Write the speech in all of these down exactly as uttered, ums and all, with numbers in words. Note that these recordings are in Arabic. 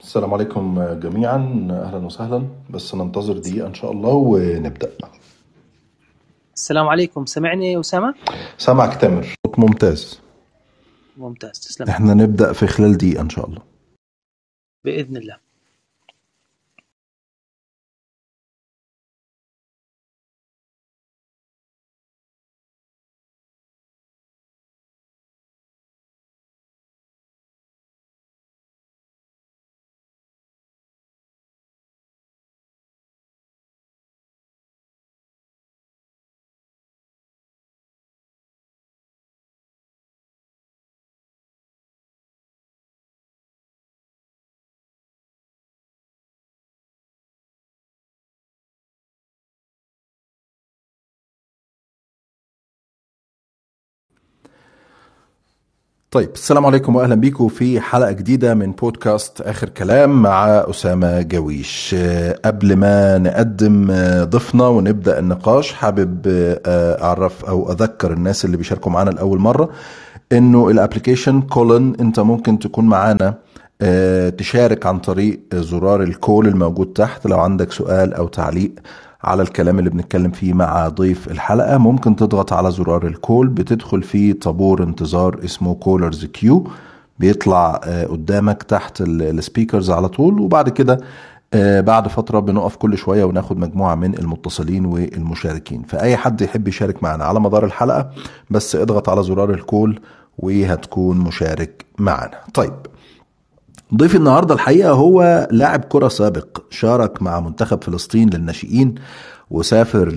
السلام عليكم جميعا، أهلا وسهلا. بس ننتظر دقيقة إن شاء الله ونبدأ. السلام عليكم، سمعني أسامة؟ سامعك تامر، صوت ممتاز. ممتاز، تسلم. احنا نبدأ في خلال دقيقة إن شاء الله بإذن الله. طيب، السلام عليكم وأهلا بيكم في حلقة جديدة من بودكاست آخر كلام مع أسامة جويش. آه، قبل ما نقدم آه، ضيفنا ونبدأ النقاش، حابب آه، أعرف أو أذكر الناس اللي بيشاركوا معنا لأول مرة إنه الابليكيشن كولن أنت ممكن تكون معانا آه، تشارك عن طريق زرار الكول الموجود تحت. لو عندك سؤال أو تعليق على الكلام اللي بنتكلم فيه مع ضيف الحلقة، ممكن تضغط على زرار الكول، بتدخل في طابور انتظار اسمه كولرز كيو، بيطلع آه، قدامك تحت السبيكرز على طول. وبعد كده آه، بعد فترة بنقف كل شوية وناخد مجموعة من المتصلين والمشاركين. فأي حد يحب يشارك معنا على مدار الحلقة بس اضغط على زرار الكول وهتكون مشارك معنا. طيب، ضيف النهاردة الحقيقة هو لاعب كرة سابق، شارك مع منتخب فلسطين للناشئين وسافر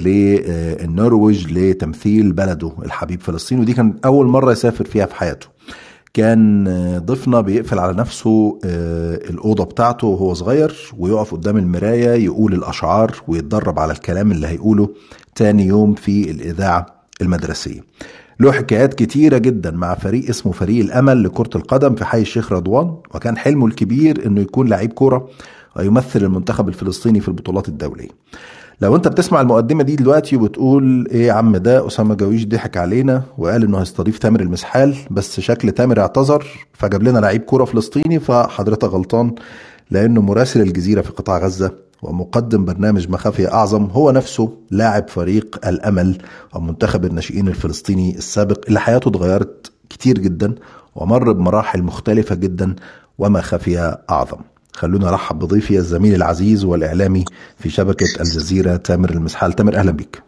للنرويج لتمثيل بلده الحبيب فلسطين، ودي كان أول مرة يسافر فيها في حياته. كان ضيفنا بيقفل على نفسه الأوضة بتاعته وهو صغير ويقف قدام المراية يقول الأشعار ويتدرب على الكلام اللي هيقوله تاني يوم في الإذاعة المدرسية. له حكايات كتيرة جدا مع فريق اسمه فريق الأمل لكرة القدم في حي الشيخ رضوان، وكان حلمه الكبير انه يكون لعيب كورة ويمثل المنتخب الفلسطيني في البطولات الدولية. لو انت بتسمع المقدمة دي دلوقتي وبتقول ايه يا عم، ده أسامة جويش ضحك علينا وقال انه هيستضيف تامر المسحال، بس شكل تامر اعتذر فجاب لنا لعيب كورة فلسطيني، فحضرتك غلطان، لانه مراسل الجزيرة في قطاع غزة ومقدم برنامج مخافي أعظم هو نفسه لاعب فريق الأمل ومنتخب الناشئين الفلسطيني السابق اللي حياته اتغيرت كتير جدا ومر بمراحل مختلفة جدا وما خفي أعظم. خلونا نرحب بضيفي الزميل العزيز والإعلامي في شبكة الجزيرة تامر المسحال. تامر، أهلا بك.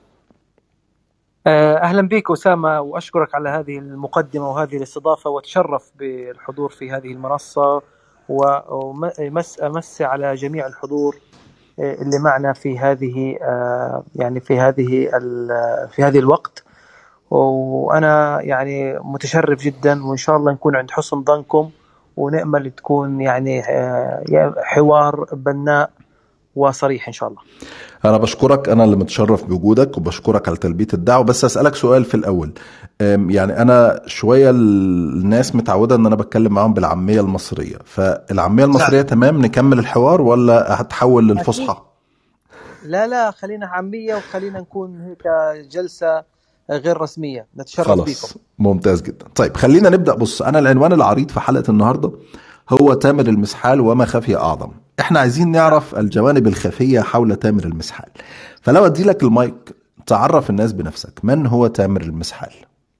أهلا بك أسامة، وأشكرك على هذه المقدمة وهذه الاستضافة، وأتشرف بالحضور في هذه المنصة، وأمس أمس على جميع الحضور اللي معنا في هذه يعني في هذه في هذه الوقت. وأنا يعني متشرف جدا، وإن شاء الله نكون عند حسن ظنكم، ونأمل تكون يعني حوار بناء وصريح إن شاء الله. أنا بشكرك، أنا اللي متشرف بوجودك وبشكرك على تلبية الدعوة. بس أسألك سؤال في الأول. يعني أنا شوية الناس متعودة أن أنا بتكلم معهم بالعامية المصرية، فالعامية المصرية تمام نكمل الحوار ولا هتحول للفصحى؟ لا لا، خلينا عامية وخلينا نكون هيك جلسة غير رسمية، نتشرف خلاص، بكم. ممتاز جدا. طيب خلينا نبدأ. بص، أنا العنوان العريض في حلقة النهاردة هو تامر المسحال وما خفي أعظم. احنا عايزين نعرف الجوانب الخفية حول تامر المسحال، فلو أدي لك المايك تعرف الناس بنفسك، من هو تامر المسحال؟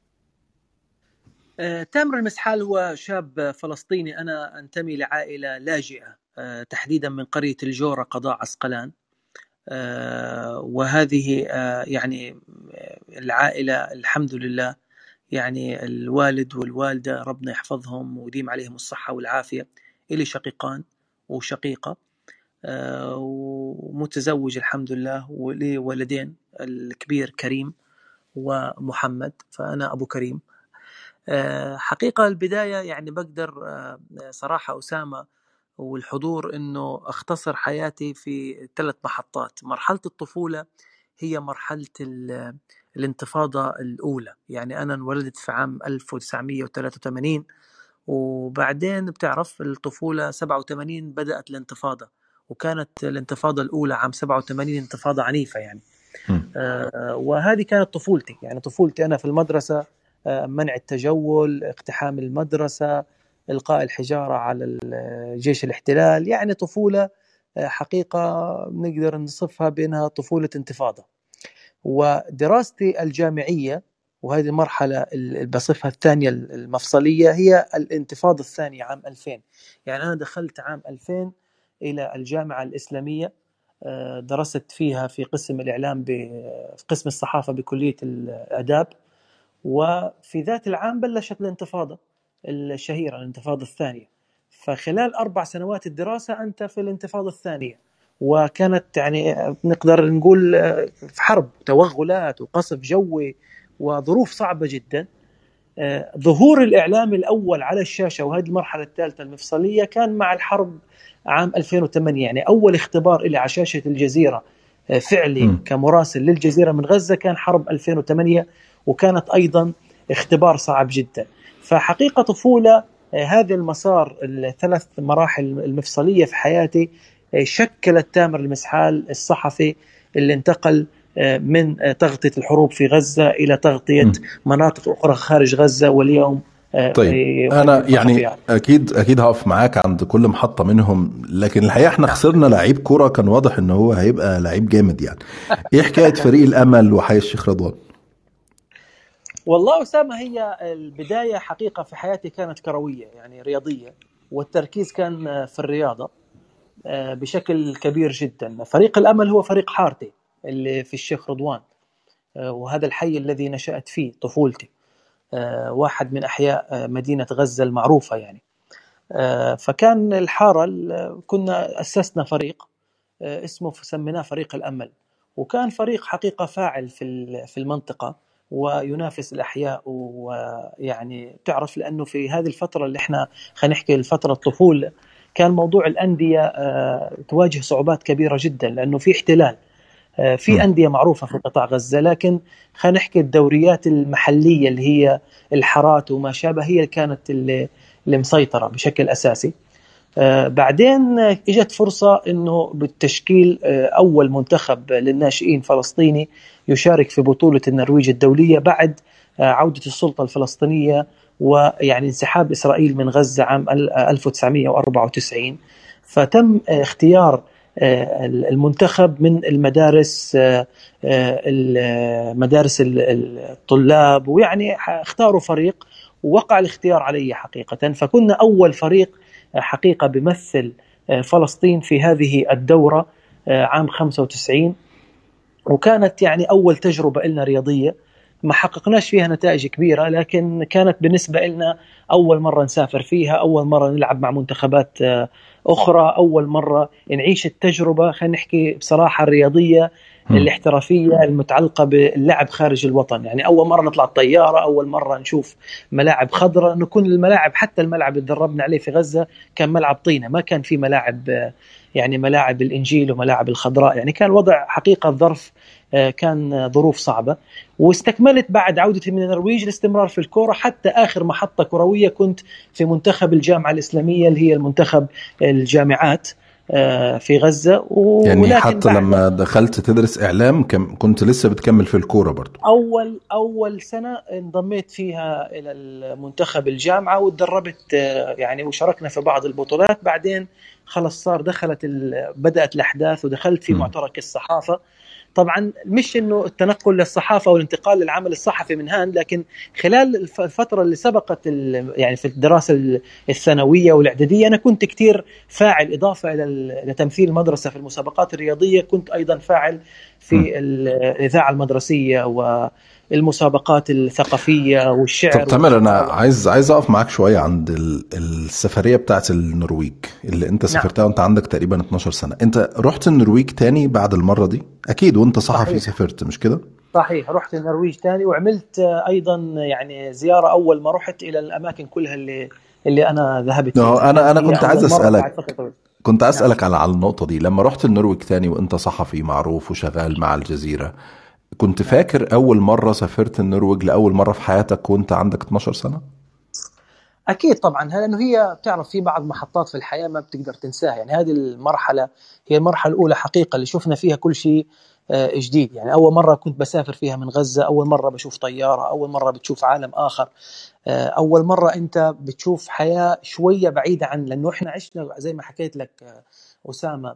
آه، تامر المسحال هو شاب فلسطيني. أنا أنتمي لعائلة لاجئة، آه، تحديدا من قرية الجورة قضاء عسقلان. آه، وهذه آه، يعني العائلة الحمد لله، يعني الوالد والوالدة ربنا يحفظهم ويديم عليهم الصحة والعافية. إلي شقيقان وشقيقة، آه، ومتزوج الحمد لله، ولي ولدين، الكبير كريم ومحمد، فأنا أبو كريم. آه، حقيقة البداية يعني بقدر آه، صراحة أسامة والحضور أنه أختصر حياتي في ثلاث محطات. مرحلة الطفولة هي مرحلة الانتفاضة الأولى، يعني أنا انولدت في عام ألف وتسعمية وثلاثة وثمانين، وبعدين بتعرف الطفولة سبعة وثمانين بدأت الانتفاضة، وكانت الانتفاضة الأولى عام سبعة وثمانين انتفاضة عنيفة يعني. آه وهذه كانت طفولتي، يعني طفولتي أنا في المدرسة، آه منع التجول، اقتحام المدرسة، إلقاء الحجارة على جيش الاحتلال. يعني طفولة حقيقة نقدر نصفها بأنها طفولة انتفاضة. ودراستي الجامعية، وهذه المرحلة اللي بصفها الثانية المفصلية، هي الانتفاضة الثانية عام ألفين. يعني أنا دخلت عام ألفين إلى الجامعة الإسلامية، درست فيها في قسم الإعلام في قسم الصحافة بكلية الآداب. وفي ذات العام بلشت الانتفاضة الشهيرة، الانتفاضة الثانية. فخلال أربع سنوات الدراسة أنت في الانتفاضة الثانية، وكانت يعني نقدر نقول في حرب، توغلات وقصف جوي وظروف صعبة جدا. ظهور الإعلام الأول على الشاشة، وهذه المرحلة الثالثة المفصلية، كان مع الحرب عام ألفين وثمانية. يعني أول اختبار إلي على شاشة الجزيرة فعلي م. كمراسل للجزيرة من غزة كان حرب ألفين وثمانية، وكانت أيضا اختبار صعب جدا. فحقيقة طفولة هذا المسار، الثلاث مراحل المفصلية في حياتي، شكلت تامر المسحال الصحفي اللي انتقل من تغطية الحروب في غزة إلى تغطية م. مناطق أخرى خارج غزة، واليوم طيب أنا يعني أكيد أكيد هقف معاك عند كل محطة منهم، لكن الحقيقة احنا خسرنا لعيب كرة كان واضح إنه هو هيبقى لعيب جامد. يعني إيه حكاية فريق الأمل وحي الشيخ رضوان؟ والله أسامة، هي البداية حقيقة في حياتي كانت كروية، يعني رياضية، والتركيز كان في الرياضة بشكل كبير جدا. فريق الأمل هو فريق حارتي اللي في الشيخ رضوان، وهذا الحي الذي نشأت فيه طفولتي، واحد من أحياء مدينة غزة المعروفة يعني. فكان الحارة كنا أسسنا فريق اسمه سميناه فريق الأمل، وكان فريق حقيقة فاعل في في المنطقة وينافس الأحياء. ويعني تعرف لأنه في هذه الفترة اللي احنا خلينا نحكي الفترة الطفولة، كان موضوع الأندية تواجه صعوبات كبيرة جدا، لأنه في احتلال. في أندية معروفة في قطاع غزة، لكن خلينا نحكي الدوريات المحلية اللي هي الحارات وما شابه هي اللي كانت اللي, اللي مسيطرة بشكل أساسي. آه بعدين اجت فرصة انه بالتشكيل آه اول منتخب للناشئين فلسطيني يشارك في بطولة النرويج الدولية بعد آه عودة السلطة الفلسطينية، ويعني انسحاب إسرائيل من غزة عام ألف وتسعمائة وأربعة وتسعين. فتم آه اختيار آه المنتخب من المدارس، آه آه مدارس الطلاب، ويعني اختاروا فريق ووقع الاختيار علي حقيقة. فكنا أول فريق حقيقة بيمثل فلسطين في هذه الدورة عام خمسة وتسعين، وكانت يعني أول تجربة لنا رياضية. ما حققناش فيها نتائج كبيرة، لكن كانت بالنسبة لنا أول مرة نسافر فيها، أول مرة نلعب مع منتخبات أخرى، أول مرة نعيش التجربة خلينا نحكي بصراحة الرياضية الاحترافية المتعلقة باللعب خارج الوطن. يعني أول مرة نطلع الطيارة، أول مرة نشوف ملاعب خضراء، نكون الملاعب حتى الملعب اللي دربنا عليه في غزة كان ملعب طينة، ما كان في ملاعب يعني ملاعب الإنجيل وملاعب الخضراء. يعني كان وضع حقيقة الظرف كان ظروف صعبة. واستكملت بعد عودتي من النرويج الاستمرار في الكرة حتى آخر محطة كروية كنت في منتخب الجامعة الإسلامية اللي هي المنتخب الجامعات في غزة. يعني حتى لما دخلت تدرس إعلام كنت لسه بتكمل في الكورة برضو؟ أول أول سنة انضميت فيها إلى المنتخب الجامعة وتدربت يعني وشاركنا في بعض البطولات. بعدين خلص صار دخلت بدأت الأحداث ودخلت في م. معترك الصحافة. طبعا مش انه التنقل للصحافه والانتقال للعمل الصحفي من هان، لكن خلال الفتره اللي سبقت يعني في الدراسه الثانويه والاعداديه انا كنت كتير فاعل، اضافه الى تمثيل المدرسه في المسابقات الرياضيه كنت ايضا فاعل في الاذاعه المدرسيه والمسابقات الثقافيه والشعر. طب تامر، انا عايز عايز اقف معاك شويه عند السفريه بتاعت النرويج اللي انت سافرتها. نعم. وانت عندك تقريبا اتناشر سنه. انت رحت النرويج تاني بعد المره دي اكيد وانت صحفي؟ سافرت مش كده؟ صحيح، رحت النرويج تاني وعملت ايضا يعني زياره اول ما رحت الى الاماكن كلها اللي اللي انا ذهبت فيها. انا انا كنت عايز اسالك كنت عايز اسالك على على النقطه دي. لما رحت النرويج تاني وانت صحفي معروف وشغال مع الجزيره، كنت فاكر اول مره سافرت النرويج لاول مره في حياتك وانت عندك اتناشر سنه؟ أكيد طبعا، لأنه هي بتعرف في بعض محطات في الحياة ما بتقدر تنساها. يعني هذه المرحلة هي المرحلة الأولى حقيقة اللي شفنا فيها كل شيء آه، جديد. يعني أول مرة كنت بسافر فيها من غزة، أول مرة بشوف طيارة، أول مرة بتشوف عالم آخر، آه، أول مرة أنت بتشوف حياة شوية بعيدة عن، لأنه إحنا عشنا زي ما حكيت لك آه، أسامة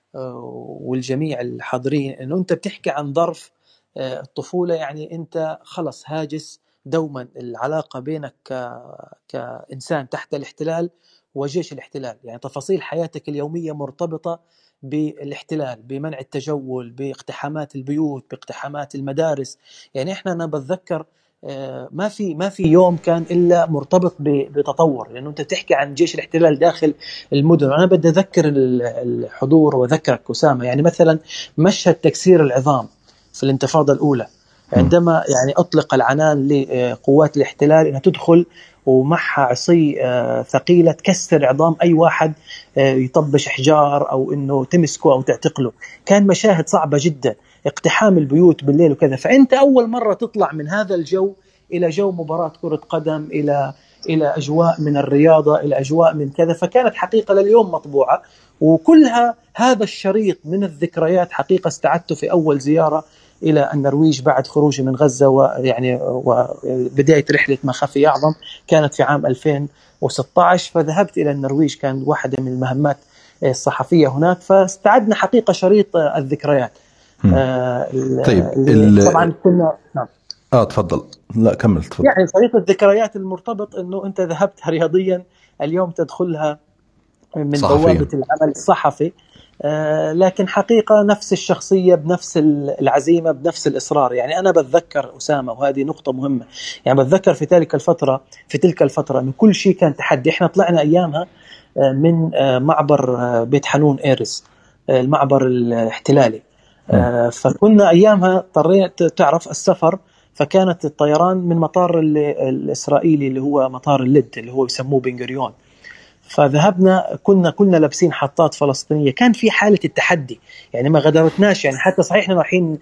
والجميع الحاضرين، انه انت بتحكي عن ظرف آه، الطفولة. يعني انت خلص هاجس دوما العلاقة بينك ك- كإنسان تحت الاحتلال وجيش الاحتلال. يعني تفاصيل حياتك اليومية مرتبطة بالاحتلال، بمنع التجول، باقتحامات البيوت، باقتحامات المدارس. يعني احنا انا بتذكر آه، ما في ما في يوم كان الا مرتبط ب- بتطور، لانه انت تحكي عن جيش الاحتلال داخل المدن. انا بدي اذكر ال- الحضور واذكرك اسامه، يعني مثلا مشهد تكسير العظام في الانتفاضه الاولى، مم. عندما يعني اطلق العنان لقوات الاحتلال انها تدخل ومعها عصي آه، ثقيله تكسر عظام اي واحد آه، يطبش حجار او انه تمسكه او تعتقله. كان مشاهد صعبه جدا، اقتحام البيوت بالليل وكذا. فانت اول مره تطلع من هذا الجو الى جو مباراه كره قدم، الى الى اجواء من الرياضه، الى اجواء من كذا. فكانت حقيقه لليوم مطبوعه، وكلها هذا الشريط من الذكريات حقيقه استعدته في اول زياره الى النرويج بعد خروجي من غزه، ويعني وبدايه رحله ما خفي يعظم كانت في عام ألفين وستة عشر. فذهبت الى النرويج، كان واحده من المهمات الصحفيه هناك، فاستعدنا حقيقه شريط الذكريات. مم. آه، طيب اللي ال... طبعا كنا نعم. اه تفضل. لا كمل تفضل. يعني شريط الذكريات المرتبط انه انت ذهبت رياضيا، اليوم تدخلها من بوابة صحفيا. العمل الصحفي. آه، لكن حقيقة نفس الشخصية بنفس العزيمة بنفس الإصرار. يعني أنا بتذكر أسامة، وهذه نقطة مهمة، يعني بتذكر في تلك الفترة في تلك الفترة أن كل شيء كان تحدي. إحنا طلعنا أيامها آه، من آه، معبر آه، بيت حانون إيرز، آه، المعبر الاحتلالي. مم. آه، فكنا أيامها اضطريت تعرف السفر، فكانت الطيران من مطار ال- الإسرائيلي اللي هو مطار اللد اللي هو يسموه بن غوريون. فذهبنا كنا كلنا لابسين حطات فلسطينيه، كان في حاله التحدي. يعني ما غدرتناش، يعني حتى صحيح احنا رايحين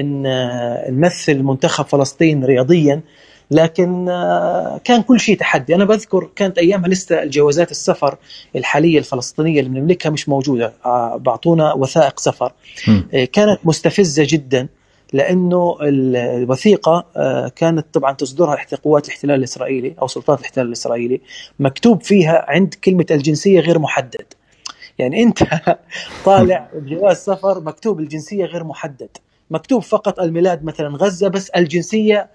نمثل منتخب فلسطين رياضيا، لكن كان كل شيء تحدي. انا بذكر كانت ايامها لسه الجوازات السفر الحاليه الفلسطينيه اللي بنملكها مش موجوده، بعطونا وثائق سفر. مم. كانت مستفزه جدا، لانه الوثيقه كانت طبعا تصدرها قوات الاحتلال الاسرائيلي او سلطات الاحتلال الاسرائيلي، مكتوب فيها عند كلمه الجنسيه غير محدد. يعني انت طالع جواز سفر مكتوب الجنسيه غير محدد، مكتوب فقط الميلاد مثلا غزه بس الجنسيه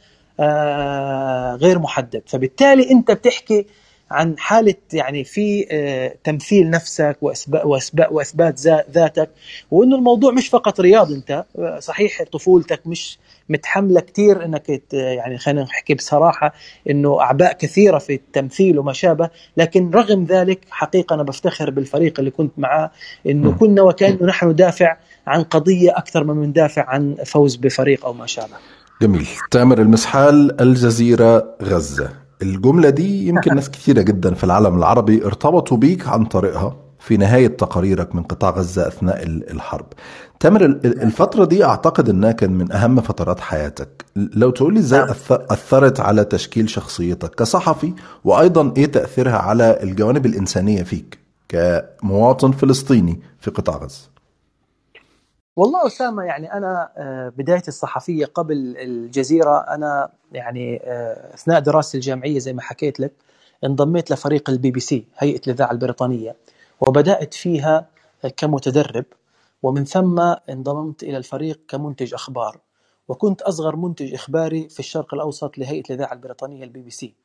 آه غير محدد. فبالتالي انت بتحكي عن حالة يعني في آه تمثيل نفسك وإثبات وإثبات وإثبات ذاتك، وإنه الموضوع مش فقط رياض. أنت آه صحيح طفولتك مش متحملة كتير إنك يعني خلينا نحكي بصراحة إنه أعباء كثيرة في التمثيل وما شابه، لكن رغم ذلك حقيقة أنا بفتخر بالفريق اللي كنت معاه، إنه مم. كنا وكأنه نحن ندافع عن قضية أكثر من ندافع عن فوز بفريق أو ما شابه. جميل. تامر المسحال، الجزيرة، غزة. الجملة دي يمكن ناس كثيرة جدا في العالم العربي ارتبطوا بيك عن طريقها في نهاية تقاريرك من قطاع غزة أثناء ال- الحرب. تامر، ال- ال- الفترة دي أعتقد أنها كان من أهم فترات حياتك. لو تقولي إزاي نعم. أث- أثرت على تشكيل شخصيتك كصحفي، وأيضا إيه تأثيرها على الجوانب الإنسانية فيك كمواطن فلسطيني في قطاع غزة؟ والله أسامة، يعني أنا بداية الصحفية قبل الجزيرة، أنا يعني أثناء دراستي الجامعية زي ما حكيت لك انضميت لفريق البي بي سي، هيئة الإذاعة البريطانية، وبدأت فيها كمتدرب، ومن ثم انضممت إلى الفريق كمنتج أخبار، وكنت أصغر منتج إخباري في الشرق الأوسط لهيئة الإذاعة البريطانية البي بي سي.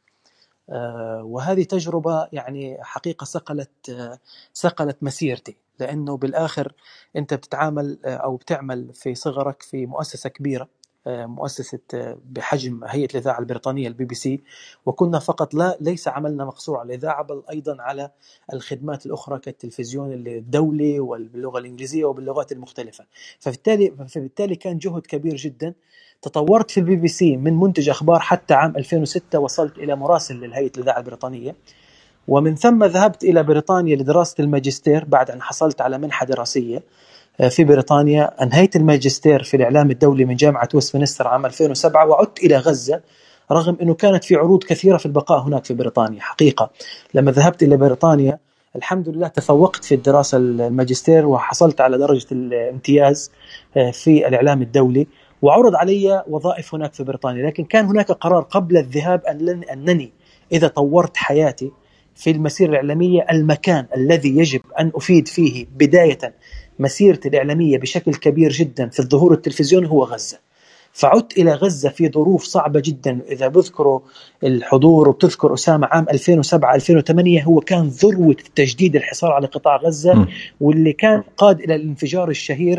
وهذه تجربة يعني حقيقة صقلت صقلت مسيرتي، لأنه بالآخر أنت بتتعامل أو بتعمل في صغرك في مؤسسة كبيرة، مؤسسة بحجم هيئة الإذاعة البريطانية البي بي سي، وكنا فقط لا ليس عملنا مقصور على الإذاعة، بل أيضا على الخدمات الأخرى كالتلفزيون الدولي والباللغة الإنجليزية وباللغات المختلفة. فبالتالي فبالتالي كان جهد كبير جدا. تطورت في البي بي سي من منتج أخبار حتى عام ألفين وستة وصلت إلى مراسل للهيئة الإذاعة البريطانية، ومن ثم ذهبت إلى بريطانيا لدراسة الماجستير بعد أن حصلت على منحة دراسية في بريطانيا. أنهيت الماجستير في الإعلام الدولي من جامعة ويستمنستر عام ألفين وسبعة، وعدت إلى غزة رغم أنه كانت في عروض كثيرة في البقاء هناك في بريطانيا. حقيقة لما ذهبت إلى بريطانيا الحمد لله تفوقت في الدراسة الماجستير وحصلت على درجة الامتياز في الإعلام الدولي، وعرض علي وظائف هناك في بريطانيا. لكن كان هناك قرار قبل الذهاب أنني إذا طورت حياتي في المسيرة الإعلامية، المكان الذي يجب أن أفيد فيه بداية مسيرتي الإعلامية بشكل كبير جدا في الظهور التلفزيوني هو غزة. فعدت إلى غزة في ظروف صعبة جدا. إذا بذكروا الحضور وبتذكر أسامة عام ألفين وسبعة ألفين وثمانية هو كان ذروة تجديد الحصار على قطاع غزة م. واللي كان قاد إلى الانفجار الشهير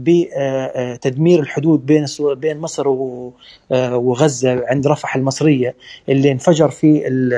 بتدمير الحدود بين بين مصر وغزة عند رفح المصرية، اللي انفجر في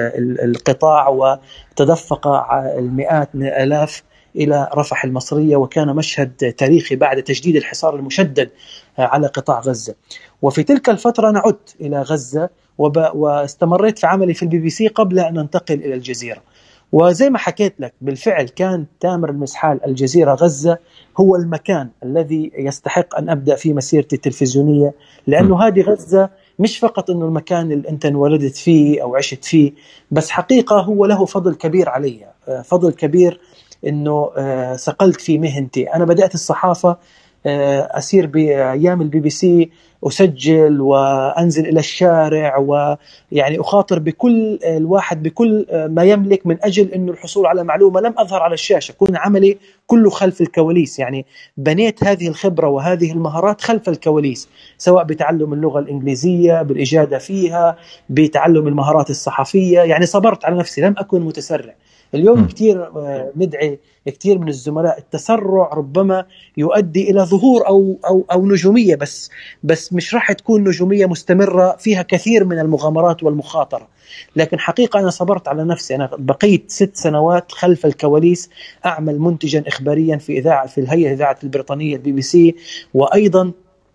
القطاع وتدفق المئات من الآلاف إلى رفح المصرية، وكان مشهد تاريخي بعد تجديد الحصار المشدد على قطاع غزة. وفي تلك الفترة أنا عدت إلى غزة واستمريت في عملي في البي بي سي قبل أن أنتقل إلى الجزيرة. وزي ما حكيت لك بالفعل كان تامر المسحال الجزيرة غزة هو المكان الذي يستحق أن أبدأ فيه مسيرتي التلفزيونية، لأنه هذه غزة مش فقط أنه المكان اللي أنت انولدت فيه أو عشت فيه، بس حقيقة هو له فضل كبير علي، فضل كبير أنه سقلت في مهنتي. أنا بدأت الصحافة أسير بأيام البي بي سي، أسجل وأنزل إلى الشارع ويعني أخاطر بكل الواحد بكل ما يملك من أجل أنه الحصول على معلومة لم أظهر على الشاشة. كون عملي كله خلف الكواليس، يعني بنيت هذه الخبرة وهذه المهارات خلف الكواليس، سواء بتعلم اللغة الإنجليزية بالإجادة فيها، بتعلم المهارات الصحفية. يعني صبرت على نفسي، لم أكن متسرع. اليوم م. كتير ندعي كتير من الزملاء التسرع ربما يؤدي إلى ظهور أو, أو, أو نجومية، بس, بس مش راح تكون نجومية مستمرة فيها كثير من المغامرات والمخاطرة. لكن حقيقة أنا صبرت على نفسي. أنا بقيت ست سنوات خلف الكواليس أعمل منتجا إخباريا في إذاعة في الهيئة الإذاعة البريطانية البي بي سي، وأيضا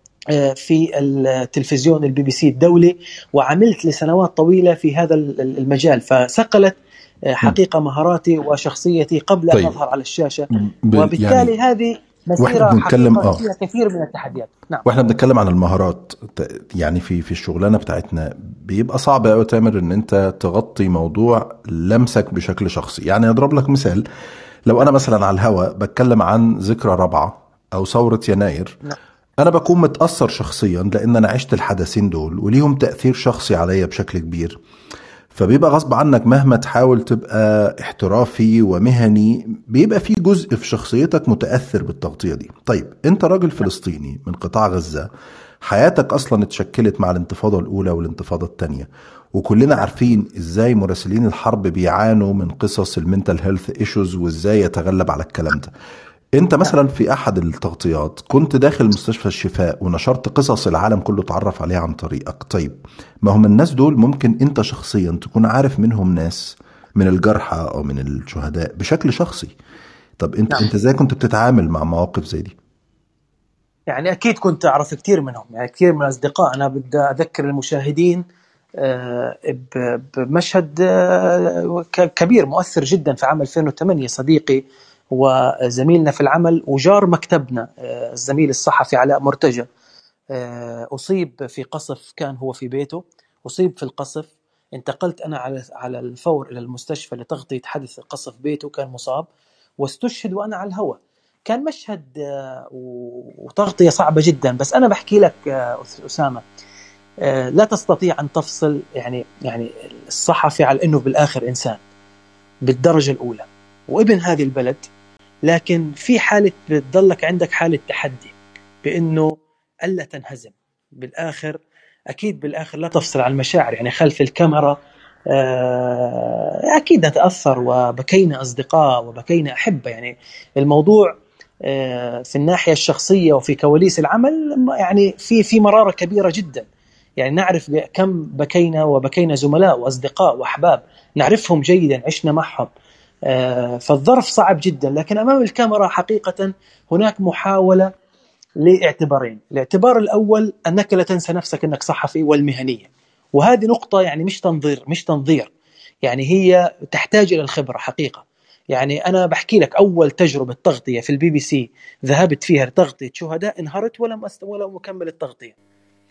في التلفزيون البي بي سي الدولي، وعملت لسنوات طويلة في هذا المجال. فسقلت حقيقة مهاراتي وشخصيتي قبل طيب. أن أظهر على الشاشة، وبالتالي يعني هذه مسيرة حقيقة آه. فيها كثير من التحديات. نعم. واحنا بنتكلم عن المهارات، يعني في في الشغلانة بتاعتنا بيبقى صعب قوي تامر ان انت تغطي موضوع لمسك بشكل شخصي. يعني اضرب لك مثال، لو انا مثلا على الهواء بتكلم عن ذكرى رابعة او ثورة يناير، نعم. انا بكون متأثر شخصيا لان انا عشت الحدثين دول وليهم تأثير شخصي عليا بشكل كبير، فبيبقى غصب عنك مهما تحاول تبقى احترافي ومهني بيبقى في جزء في شخصيتك متأثر بالتغطية دي. طيب انت راجل فلسطيني من قطاع غزة، حياتك اصلا اتشكلت مع الانتفاضة الاولى والانتفاضة الثانية، وكلنا عارفين ازاي مراسلين الحرب بيعانوا من قصص المنتال هيلث ايشوز وازاي يتغلب على الكلام ده. انت مثلا في احد التغطيات كنت داخل مستشفى الشفاء ونشرت قصص العالم كله تعرف عليها عن طريقك. طيب ما هم الناس دول ممكن انت شخصيا تكون عارف منهم ناس من الجرحى او من الشهداء بشكل شخصي. طب انت نعم. انت ازاي كنت بتتعامل مع مواقف زي دي؟ يعني اكيد كنت اعرف كتير منهم، يعني كتير من الاصدقاء. انا بدي اذكر المشاهدين بمشهد كبير مؤثر جدا في عام ألفين وثمانية. صديقي وزميلنا في العمل وجار مكتبنا الزميل الصحفي علاء مرتجى أصيب في قصف، كان هو في بيته أصيب في القصف. انتقلت أنا على على الفور إلى المستشفى لتغطية حدث قصف بيته، كان مصاب واستشهد وأنا على الهواء. كان مشهد وتغطية صعبة جدا. بس أنا بحكي لك أسامة، لا تستطيع أن تفصل يعني يعني الصحفي على أنه بالآخر إنسان بالدرجة الأولى وابن هذه البلد، لكن في حالة بتضلك عندك حالة تحدي بأنه ألا تنهزم بالآخر. أكيد بالآخر لا تفصل عن المشاعر، يعني خلف الكاميرا أكيد نتأثر وبكينا أصدقاء وبكينا أحبة. يعني الموضوع في الناحية الشخصية وفي كواليس العمل يعني في في مرارة كبيرة جدا. يعني نعرف كم بكينا وبكينا زملاء وأصدقاء وأحباب نعرفهم جيدا، عشنا معهم. فالظرف صعب جدا. لكن أمام الكاميرا حقيقة هناك محاولة لاعتبارين. الاعتبار الأول أنك لا تنسى نفسك أنك صحفي والمهنية، وهذه نقطة يعني مش تنظير مش تنظير يعني هي تحتاج إلى الخبرة حقيقة. يعني أنا بحكي لك أول تجربة تغطية في البي بي سي ذهبت فيها لتغطية شهداء، انهارت ولم أست... ولم أكمل التغطية.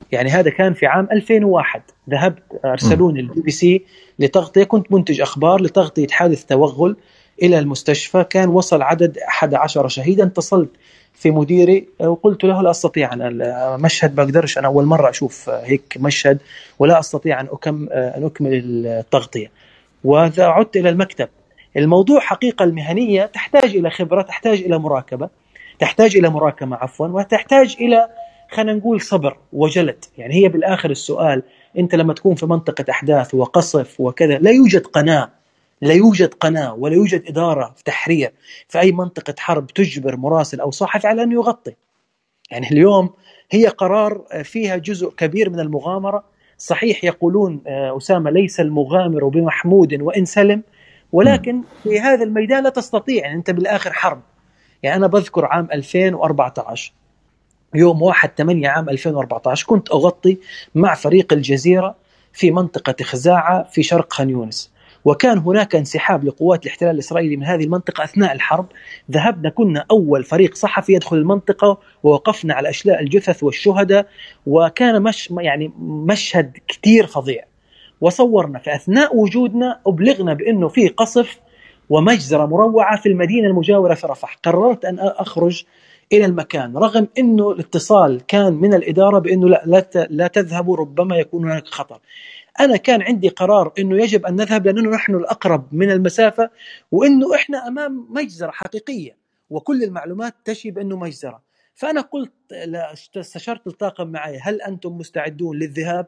يعني هذا كان في عام ألفين وواحد، ذهبت أرسلوني البي بي سي لتغطية، كنت منتج أخبار لتغطية حادث توغل إلى المستشفى، كان وصل عدد أحد عشر شهيدا. اتصلت في مديري وقلت له لا أستطيع أن مشهد، بقدرش، أنا أول مرة أشوف هيك مشهد ولا أستطيع أن أكمل أن أكمل التغطية. وعدت إلى المكتب. الموضوع حقيقة المهنية تحتاج إلى خبرة، تحتاج إلى مراكبة، تحتاج إلى مراكمة عفوا، وتحتاج إلى خلينا نقول صبر وجلد. يعني هي بالآخر السؤال، أنت لما تكون في منطقة أحداث وقصف وكذا، لا يوجد قناة لا يوجد قناة ولا يوجد إدارة في تحرير في أي منطقة حرب تجبر مراسل أو صحفي على أن يغطي. يعني اليوم هي قرار فيها جزء كبير من المغامرة. صحيح يقولون أسامة ليس المغامر بمحمود وإن سلم، ولكن في هذا الميدان لا تستطيع، يعني أنت بالآخر حرب. يعني أنا بذكر عام ألفين وأربعة عشر، يوم واحد ثمانية عام ألفين وأربعة عشر كنت أغطي مع فريق الجزيرة في منطقة خزاعة في شرق خان يونس، وكان هناك انسحاب لقوات الاحتلال الإسرائيلي من هذه المنطقة أثناء الحرب. ذهبنا، كنا أول فريق صحفي يدخل المنطقة، ووقفنا على أشلاء الجثث والشهداء، وكان مش يعني مشهد كتير فظيع. وصورنا في أثناء وجودنا، أبلغنا بأنه في قصف ومجزرة مروعة في المدينة المجاورة في رفح. قررت أن أخرج إلى المكان، رغم أنه الاتصال كان من الإدارة بأنه لا, لا, لا تذهبوا، ربما يكون هناك خطر. أنا كان عندي قرار أنه يجب أن نذهب، لأنه نحن الأقرب من المسافة، وأنه إحنا أمام مجزرة حقيقية وكل المعلومات تشي بأنه مجزرة. فأنا قلت، استشرت الطاقم معي، هل أنتم مستعدون للذهاب؟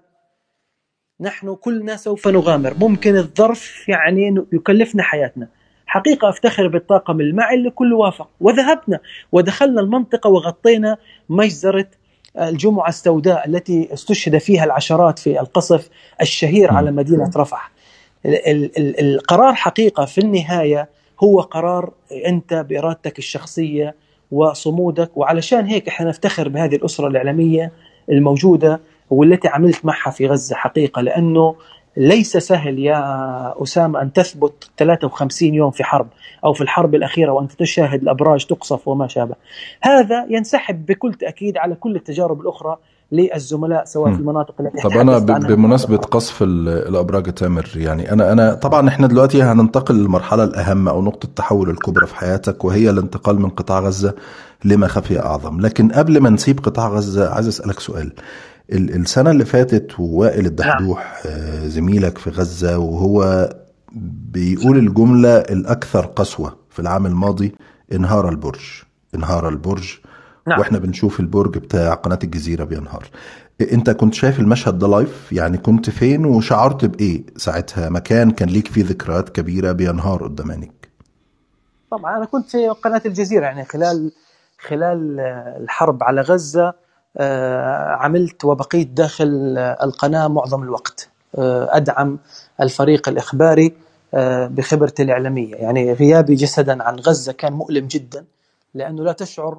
نحن كلنا سوف نغامر، ممكن الظرف يعني يكلفنا حياتنا. حقيقة أفتخر بالطاقم المعي اللي كله وافق، وذهبنا ودخلنا المنطقة وغطينا مجزرة الجمعة السوداء التي استشهد فيها العشرات في القصف الشهير على مدينة رفح. القرار حقيقة في النهاية هو قرار أنت بإرادتك الشخصية وصمودك، وعلشان هيك احنا نفتخر بهذه الأسرة الإعلامية الموجودة والتي عملت معها في غزة حقيقة، لأنه ليس سهل يا أسامة أن تثبت ثلاثة وخمسين يوم في حرب أو في الحرب الأخيرة وأنت تشاهد الأبراج تقصف وما شابه. هذا ينسحب بكل تأكيد على كل التجارب الأخرى للزملاء سواء في المناطق التي طب أنا بمناسبة قصف الأبراج تامر، يعني أنا أنا طبعا إحنا دلوقتي هننتقل للمرحلة الأهم أو نقطة التحول الكبرى في حياتك، وهي الانتقال من قطاع غزة لما خفي أعظم. لكن قبل ما نسيب قطاع غزة عايز أسألك سؤال. السنة اللي فاتت ووائل الدحدوح زميلك في غزة، وهو بيقول الجملة الأكثر قسوة في العام الماضي: انهار البرج انهار البرج نعم. واحنا بنشوف البرج بتاع قناة الجزيرة بينهار. انت كنت شايف المشهد ده لايف؟ يعني كنت فين وشعرت بإيه ساعتها؟ مكان كان ليك فيه ذكريات كبيرة بينهار قدام عينيك. طبعا أنا كنت في قناة الجزيرة، يعني خلال خلال الحرب على غزة عملت وبقيت داخل القناة معظم الوقت، أدعم الفريق الإخباري بخبرتي الإعلامية. يعني غيابي جسدا عن غزة كان مؤلم جدا، لأنه لا تشعر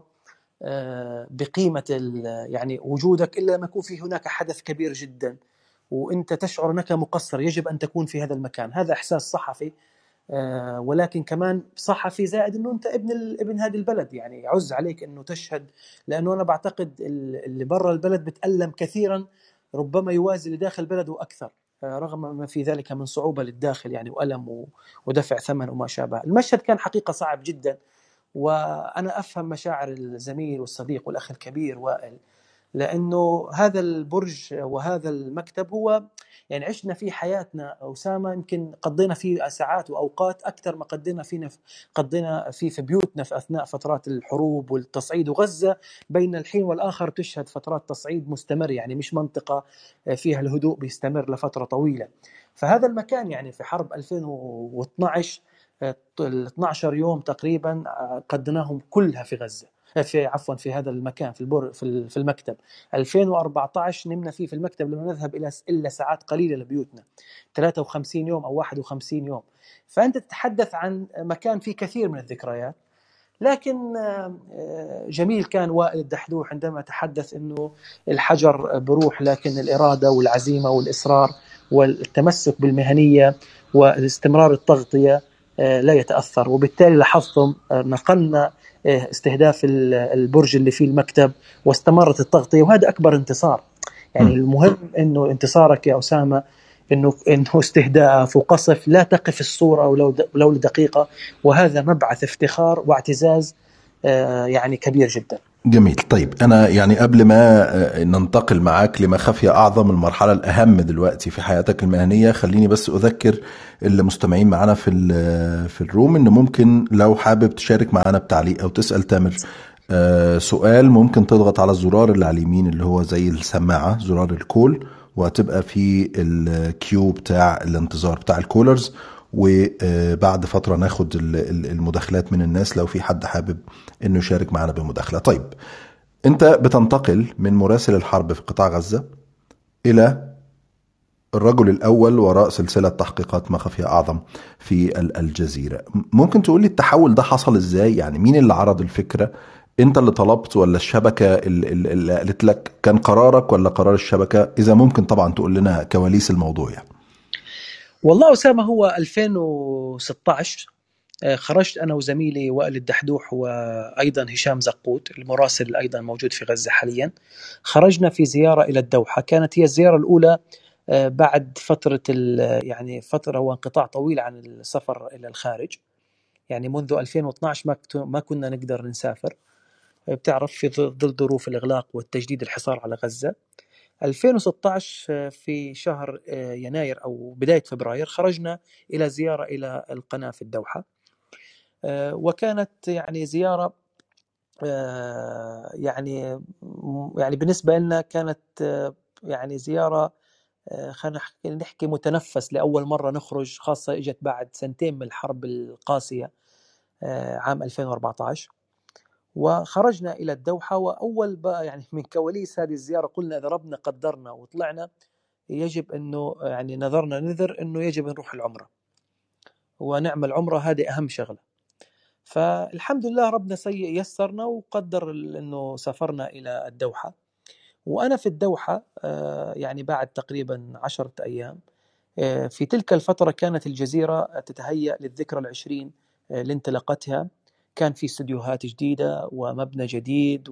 بقيمة يعني وجودك إلا لما يكون في هناك حدث كبير جدا وأنت تشعر أنك مقصر، يجب أن تكون في هذا المكان. هذا إحساس صحفي، ولكن كمان صحفي زائد أنه أنت ابن ابن هذه البلد، يعني يعز عليك أنه تشهد. لأنه أنا بعتقد اللي برا البلد بتألم كثيرا ربما يوازي لداخل البلد وأكثر، رغم ما في ذلك من صعوبة للداخل يعني وألم ودفع ثمن وما شابه. المشهد كان حقيقة صعب جدا، وأنا أفهم مشاعر الزميل والصديق والأخ الكبير وائل، لأنه هذا البرج وهذا المكتب هو يعني عشنا في حياتنا أسامة، يمكن قضينا فيه ساعات وأوقات أكثر ما قضينا فينا قضينا فيه في بيوتنا في أثناء فترات الحروب والتصعيد. وغزة بين الحين والآخر تشهد فترات تصعيد مستمر، يعني مش منطقة فيها الهدوء بيستمر لفترة طويلة. فهذا المكان يعني في حرب ألفين واثناشر ال اثني عشر يوم تقريبا قضيناهم كلها في غزة، في عفوا في هذا المكان في البر في في المكتب. ألفين وأربعة عشر نمنا فيه في المكتب لما نذهب الى الا ساعات قليله لبيوتنا، ثلاثة وخمسين يوم او واحد وخمسين يوم. فانت تتحدث عن مكان فيه كثير من الذكريات. لكن جميل كان وائل الدحدوح عندما تحدث انه الحجر بروح، لكن الاراده والعزيمه والاصرار والتمسك بالمهنيه واستمرار التغطيه لا يتأثر. وبالتالي لاحظتم نقلنا استهداف البرج اللي فيه المكتب واستمرت التغطية، وهذا أكبر انتصار. يعني المهم إنه انتصارك يا أسامة إنه إنه استهداف وقصف لا تقف الصورة ولو ولو لدقيقة، وهذا مبعث افتخار واعتزاز يعني كبير جدا. جميل. طيب أنا يعني قبل ما ننتقل معاك لما خفي أعظم، المرحلة الأهم دلوقتي في حياتك المهنية، خليني بس أذكر المستمعين معنا في في الروم إن ممكن لو حابب تشارك معنا بتعليق أو تسأل تامر سؤال، ممكن تضغط على الزرار اللي على اليمين اللي هو زي السماعة، زرار الكول، وهتبقى في الكيو بتاع الانتظار بتاع الكولرز، وبعد فترة ناخد المداخلات من الناس لو في حد حابب انه يشارك معنا بمداخلة. طيب انت بتنتقل من مراسل الحرب في قطاع غزة الى الرجل الاول وراء سلسلة تحقيقات ما خفي اعظم في الجزيرة. ممكن تقول لي التحول ده حصل ازاي؟ يعني مين اللي عرض الفكرة؟ انت اللي طلبت ولا الشبكة اللي قالت لك؟ كان قرارك ولا قرار الشبكة؟ اذا ممكن طبعا تقول لنا كواليس الموضوع. يعني والله أسامة، هو ألفين وستة عشر خرجت أنا وزميلي وائل الدحدوح وأيضا هشام زقوت المراسل أيضا موجود في غزة حاليا. خرجنا في زيارة إلى الدوحة، كانت هي الزيارة الأولى بعد فترة يعني فترة وانقطاع طويل عن السفر إلى الخارج. يعني منذ ألفين واثناشر ما كنا نقدر نسافر، بتعرف في ظل ظروف الإغلاق والتجديد الحصار على غزة. ألفين وستة عشر في شهر يناير أو بداية فبراير خرجنا إلى زيارة إلى القناة في الدوحة، وكانت يعني زيارة يعني يعني بالنسبة لنا كانت يعني زيارة خلينا نحكي متنفس، لأول مرة نخرج، خاصة إجت بعد سنتين من الحرب القاسية عام ألفين وأربعة عشر. وخرجنا إلى الدوحة، وأول بقى يعني من كواليس هذه الزيارة قلنا إذا ربنا قدرنا وطلعنا يجب أنه يعني نذرنا نذر أنه يجب نروح العمرة ونعمل عمرة، هذه أهم شغلة. فالحمد لله ربنا يسرنا وقدر أنه سافرنا إلى الدوحة. وأنا في الدوحة يعني بعد تقريبا عشرة أيام، في تلك الفترة كانت الجزيرة تتهيأ للذكرى العشرين لانطلاقتها، كان في استديوهات جديدة ومبنى جديد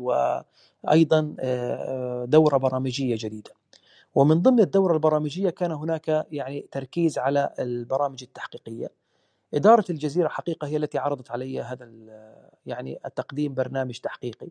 وأيضا دورة برامجية جديدة. ومن ضمن الدورة البرامجية كان هناك يعني تركيز على البرامج التحقيقية. إدارة الجزيرة حقيقة هي التي عرضت علي هذا يعني التقديم برنامج تحقيقي.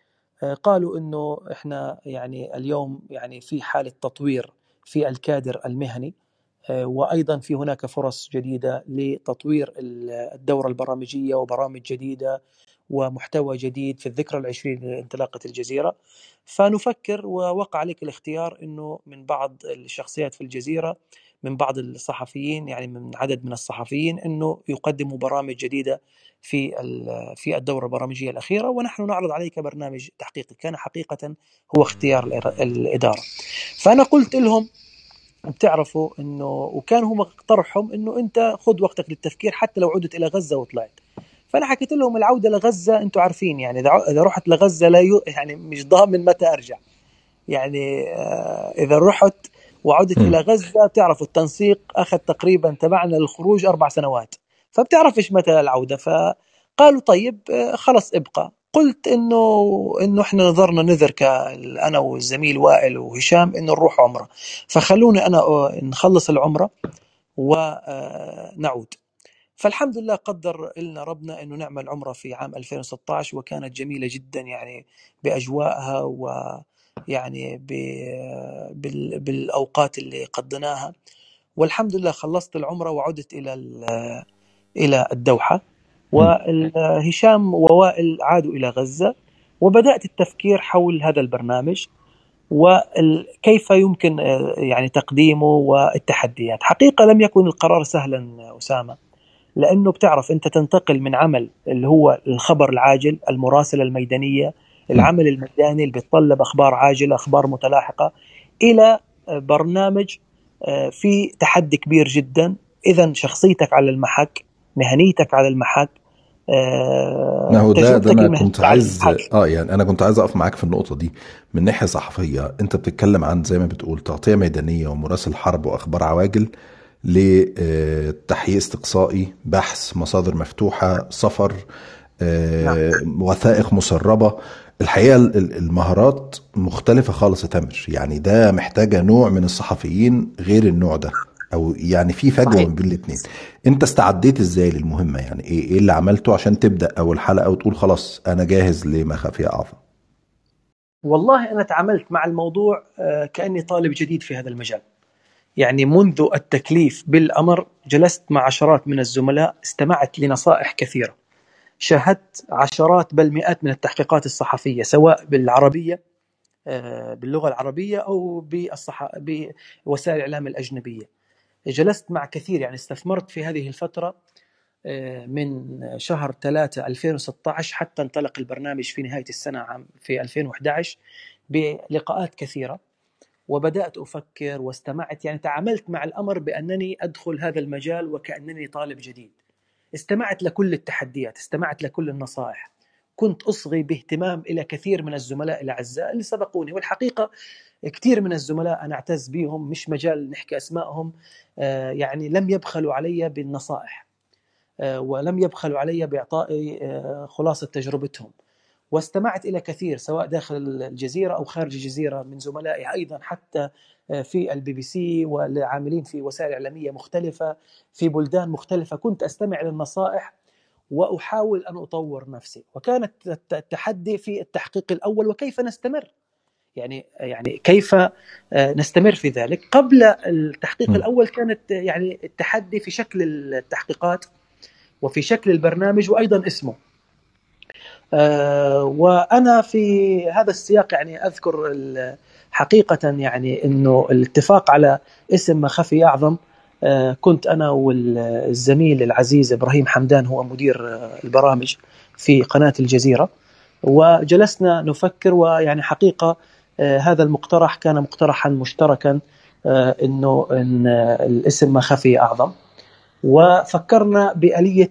قالوا إنه إحنا يعني اليوم يعني في حالة تطوير في الكادر المهني، وأيضا في هناك فرص جديدة لتطوير الدورة البرامجية وبرامج جديدة ومحتوى جديد في الذكرى العشرين لانطلاقة الجزيرة. فنفكر، ووقع عليك الاختيار إنه من بعض الشخصيات في الجزيرة، من بعض الصحفيين، يعني من عدد من الصحفيين، إنه يقدموا برامج جديدة في في الدورة البرامجية الأخيرة، ونحن نعرض عليك برنامج تحقيقي. كان حقيقة هو اختيار الإدارة. فأنا قلت لهم بتعرفوا إنه، وكان هم اقترحهم إنه أنت خذ وقتك للتفكير حتى لو عدت إلى غزة وطلعت. فأنا حكيت لهم العودة لغزة أنتوا عارفين يعني إذا رحت لغزة لا ي... يعني مش ضامن متى أرجع. يعني إذا رحت وعدت م. إلى غزة بتعرفوا التنسيق أخذ تقريبا تبعنا للخروج أربع سنوات، فبتعرفش متى العودة. فقالوا طيب خلص ابقى. قلت إنه إنه إحنا نظرنا نذر كأنا والزميل وائل وهشام إنه نروح عمرة، فخلوني أنا نخلص العمرة ونعود. فالحمد لله قدر لنا ربنا إنه نعمل عمرة في عام ألفين وستة عشر، وكانت جميلة جدا يعني بأجواءها ويعني بالأوقات اللي قضيناها. والحمد لله خلصت العمرة وعدت إلى إلى الدوحة، وهشام ووائل عادوا إلى غزة، وبدأت التفكير حول هذا البرنامج وكيف يمكن يعني تقديمه والتحديات. حقيقة لم يكن القرار سهلا أسامة، لأنه بتعرف أنت تنتقل من عمل اللي هو الخبر العاجل، المراسلة الميدانية، العمل الميداني اللي بيتطلب أخبار عاجلة، أخبار متلاحقة، إلى برنامج في تحدي كبير جدا. إذن شخصيتك على المحك، مهنيتك على المحك. ما هو ده, ده أنا كنت عايز آه يعني أنا كنت عايز أقف معاك في النقطة دي من ناحية صحفية. أنت بتتكلم عن زي ما بتقول تغطية ميدانية ومراسل حرب وأخبار عواجل لتحقيق استقصائي، بحث، مصادر مفتوحة، سفر، نعم. وثائق مسربة. الحقيقة ال- ال- المهارات مختلفة خالص يا تامر، يعني ده محتاجة نوع من الصحفيين غير النوع ده، او يعني في فجوة صحيح. ما بين الاتنين. انت استعديت ازاي للمهمة؟ يعني ايه ايه اللي عملته عشان تبدأ اول حلقة وتقول خلاص انا جاهز لما خفي اعظم؟ والله أنا تعاملت مع الموضوع آه، كأني طالب جديد في هذا المجال. يعني منذ التكليف بالأمر جلست مع عشرات من الزملاء، استمعت لنصائح كثيرة، شاهدت عشرات بل مئات من التحقيقات الصحفية سواء بالعربية، آه، باللغة العربية أو بالصح... بوسائل الإعلام الأجنبية. جلست مع كثير، يعني استثمرت في هذه الفترة آه، من شهر ثلاثة ألفين وستة عشر حتى انطلق البرنامج في نهاية السنة عام في ألفين وأحد عشر بلقاءات كثيرة، وبدأت أفكر واستمعت، يعني تعاملت مع الأمر بأنني أدخل هذا المجال وكأنني طالب جديد. استمعت لكل التحديات، استمعت لكل النصائح، كنت أصغي باهتمام إلى كثير من الزملاء الأعزاء اللي سبقوني. والحقيقة كثير من الزملاء أنا أعتز بهم، مش مجال نحكي أسمائهم، آه، يعني لم يبخلوا علي بالنصائح، آه، ولم يبخلوا علي بإعطائي آه، خلاصة تجربتهم. واستمعت إلى كثير سواء داخل الجزيرة أو خارج الجزيرة من زملائي أيضا، حتى في البي بي سي والعاملين في وسائل إعلامية مختلفة في بلدان مختلفة. كنت أستمع للنصائح وأحاول أن أطور نفسي. وكانت التحدي في التحقيق الأول وكيف نستمر، يعني يعني كيف نستمر في ذلك. قبل التحقيق مم. الأول كانت يعني التحدي في شكل التحقيقات وفي شكل البرنامج وأيضا اسمه. آه، وأنا في هذا السياق يعني أذكر ال- حقيقة يعني أنه الاتفاق على اسم ما خفي أعظم، آه، كنت أنا والزميل العزيز إبراهيم حمدان، هو مدير آه، البرامج في قناة الجزيرة، وجلسنا نفكر. ويعني حقيقة آه، هذا المقترح كان مقترحا مشتركا، آه، أنه إن آه، الاسم ما خفي أعظم. وفكرنا بآلية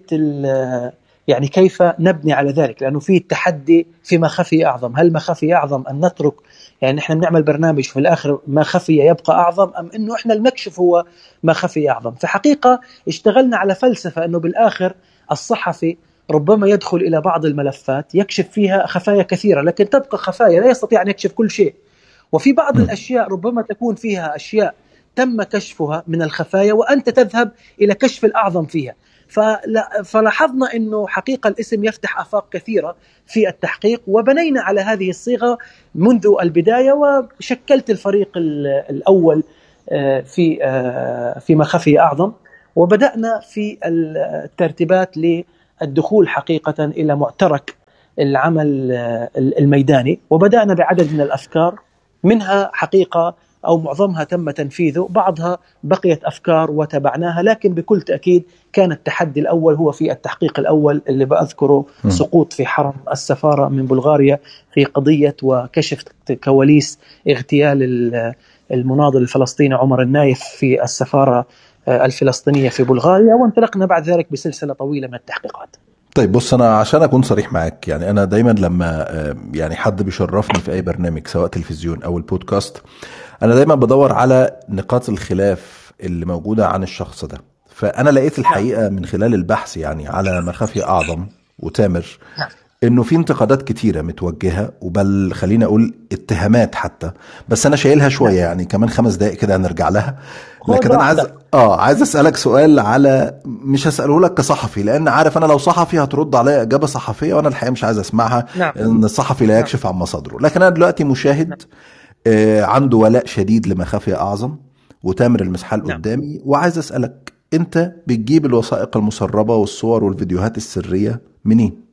يعني كيف نبني على ذلك، لأنه في التحدي في ما خفي أعظم. هل ما خفي أعظم أن نترك، يعني نحن بنعمل برنامج في الآخر ما خفي يبقى أعظم، أم أنه إحنا المكشف هو ما خفي أعظم؟ في حقيقة اشتغلنا على فلسفة أنه بالآخر الصحفي ربما يدخل إلى بعض الملفات يكشف فيها خفايا كثيرة، لكن تبقى خفايا، لا يستطيع أن يكشف كل شيء. وفي بعض مم. الأشياء ربما تكون فيها أشياء تم كشفها من الخفايا وأنت تذهب إلى كشف الأعظم فيها. فلاحظنا أنه حقيقة الاسم يفتح آفاق كثيرة في التحقيق، وبنينا على هذه الصيغة منذ البداية. وشكلت الفريق الأول في في ما خفي أعظم، وبدأنا في الترتيبات للدخول حقيقة إلى معترك العمل الميداني. وبدأنا بعدد من الأفكار، منها حقيقة أو معظمها تم تنفيذه، بعضها بقيت أفكار وتبعناها. لكن بكل تأكيد كان التحدي الأول هو في التحقيق الأول اللي بأذكره مم. سقوط في حرم السفارة من بلغاريا في قضية وكشف كواليس اغتيال المناضل الفلسطيني عمر النايف في السفارة الفلسطينية في بلغاريا. وانطلقنا بعد ذلك بسلسلة طويلة من التحقيقات. طيب بص، انا عشان اكون صريح معاك، يعني انا دايما لما آه، يعني حد بيشرفني في اي برنامج سواء تلفزيون او البودكاست، انا دايما بدور على نقاط الخلاف اللي موجودة عن الشخص ده. فانا لقيت نعم. الحقيقة من خلال البحث يعني على ما خفي اعظم وتامر، نعم. انه في انتقادات كتيرة متوجهة، وبل خلينا اقول اتهامات حتى، بس انا شايلها نعم. شوية، يعني كمان خمس دقائق كده هنرجع لها. خذ لكن انا عايز راحتك. اه عايز اسالك سؤال، على مش هساله لك كصحفي، لان عارف انا لو صحفي هترد عليا اجابه صحفيه، وانا الحقيقه مش عايز اسمعها، نعم. ان الصحفي لا نعم. يكشف عن مصادره. لكن انا دلوقتي نعم. مشاهد آه عنده ولاء شديد لما خفي اعظم وتامر المسحال نعم. قدامي، وعايز اسالك انت بتجيب الوثائق المسربه والصور والفيديوهات السريه منين؟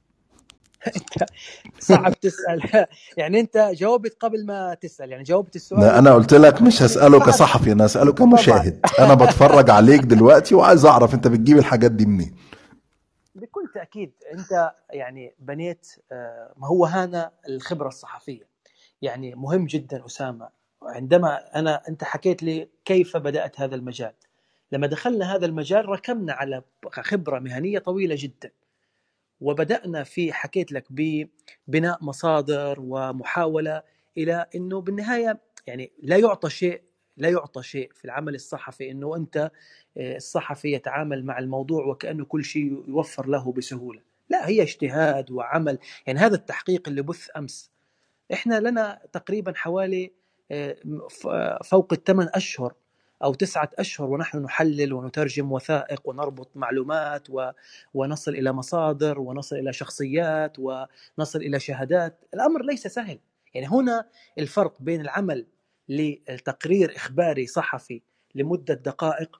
صعب تسأل. يعني أنت جاوبت قبل ما تسأل، يعني جاوبت السؤال لا، انا قلت وأنت لك مش يعني هساله بعد. كصحفي، انا هساله طبعا. كمشاهد، انا بتفرج عليك دلوقتي وعايز اعرف انت بتجيب الحاجات دي منين. بكل تأكيد أنت يعني بنيت آه، ما هو هنا الخبرة الصحفية. يعني مهم جدا أسامة، عندما أنا أنت حكيت لي كيف بدأت هذا المجال. لما دخلنا هذا المجال ركمنا على خبرة مهنية طويلة جدا، وبدأنا في حكيت لك ببناء مصادر ومحاولة إلى أنه بالنهاية يعني لا يعطى شيء لا يعطى شيء في العمل الصحفي أنه أنت الصحفي يتعامل مع الموضوع وكأنه كل شيء يوفر له بسهولة. لا، هي اجتهاد وعمل. يعني هذا التحقيق اللي بث أمس، إحنا لنا تقريبا حوالي فوق الثمان أشهر أو تسعة أشهر ونحن نحلل ونترجم وثائق ونربط معلومات و... ونصل إلى مصادر ونصل إلى شخصيات ونصل إلى شهادات. الأمر ليس سهل. يعني هنا الفرق بين العمل لتقرير إخباري صحفي لمدة دقائق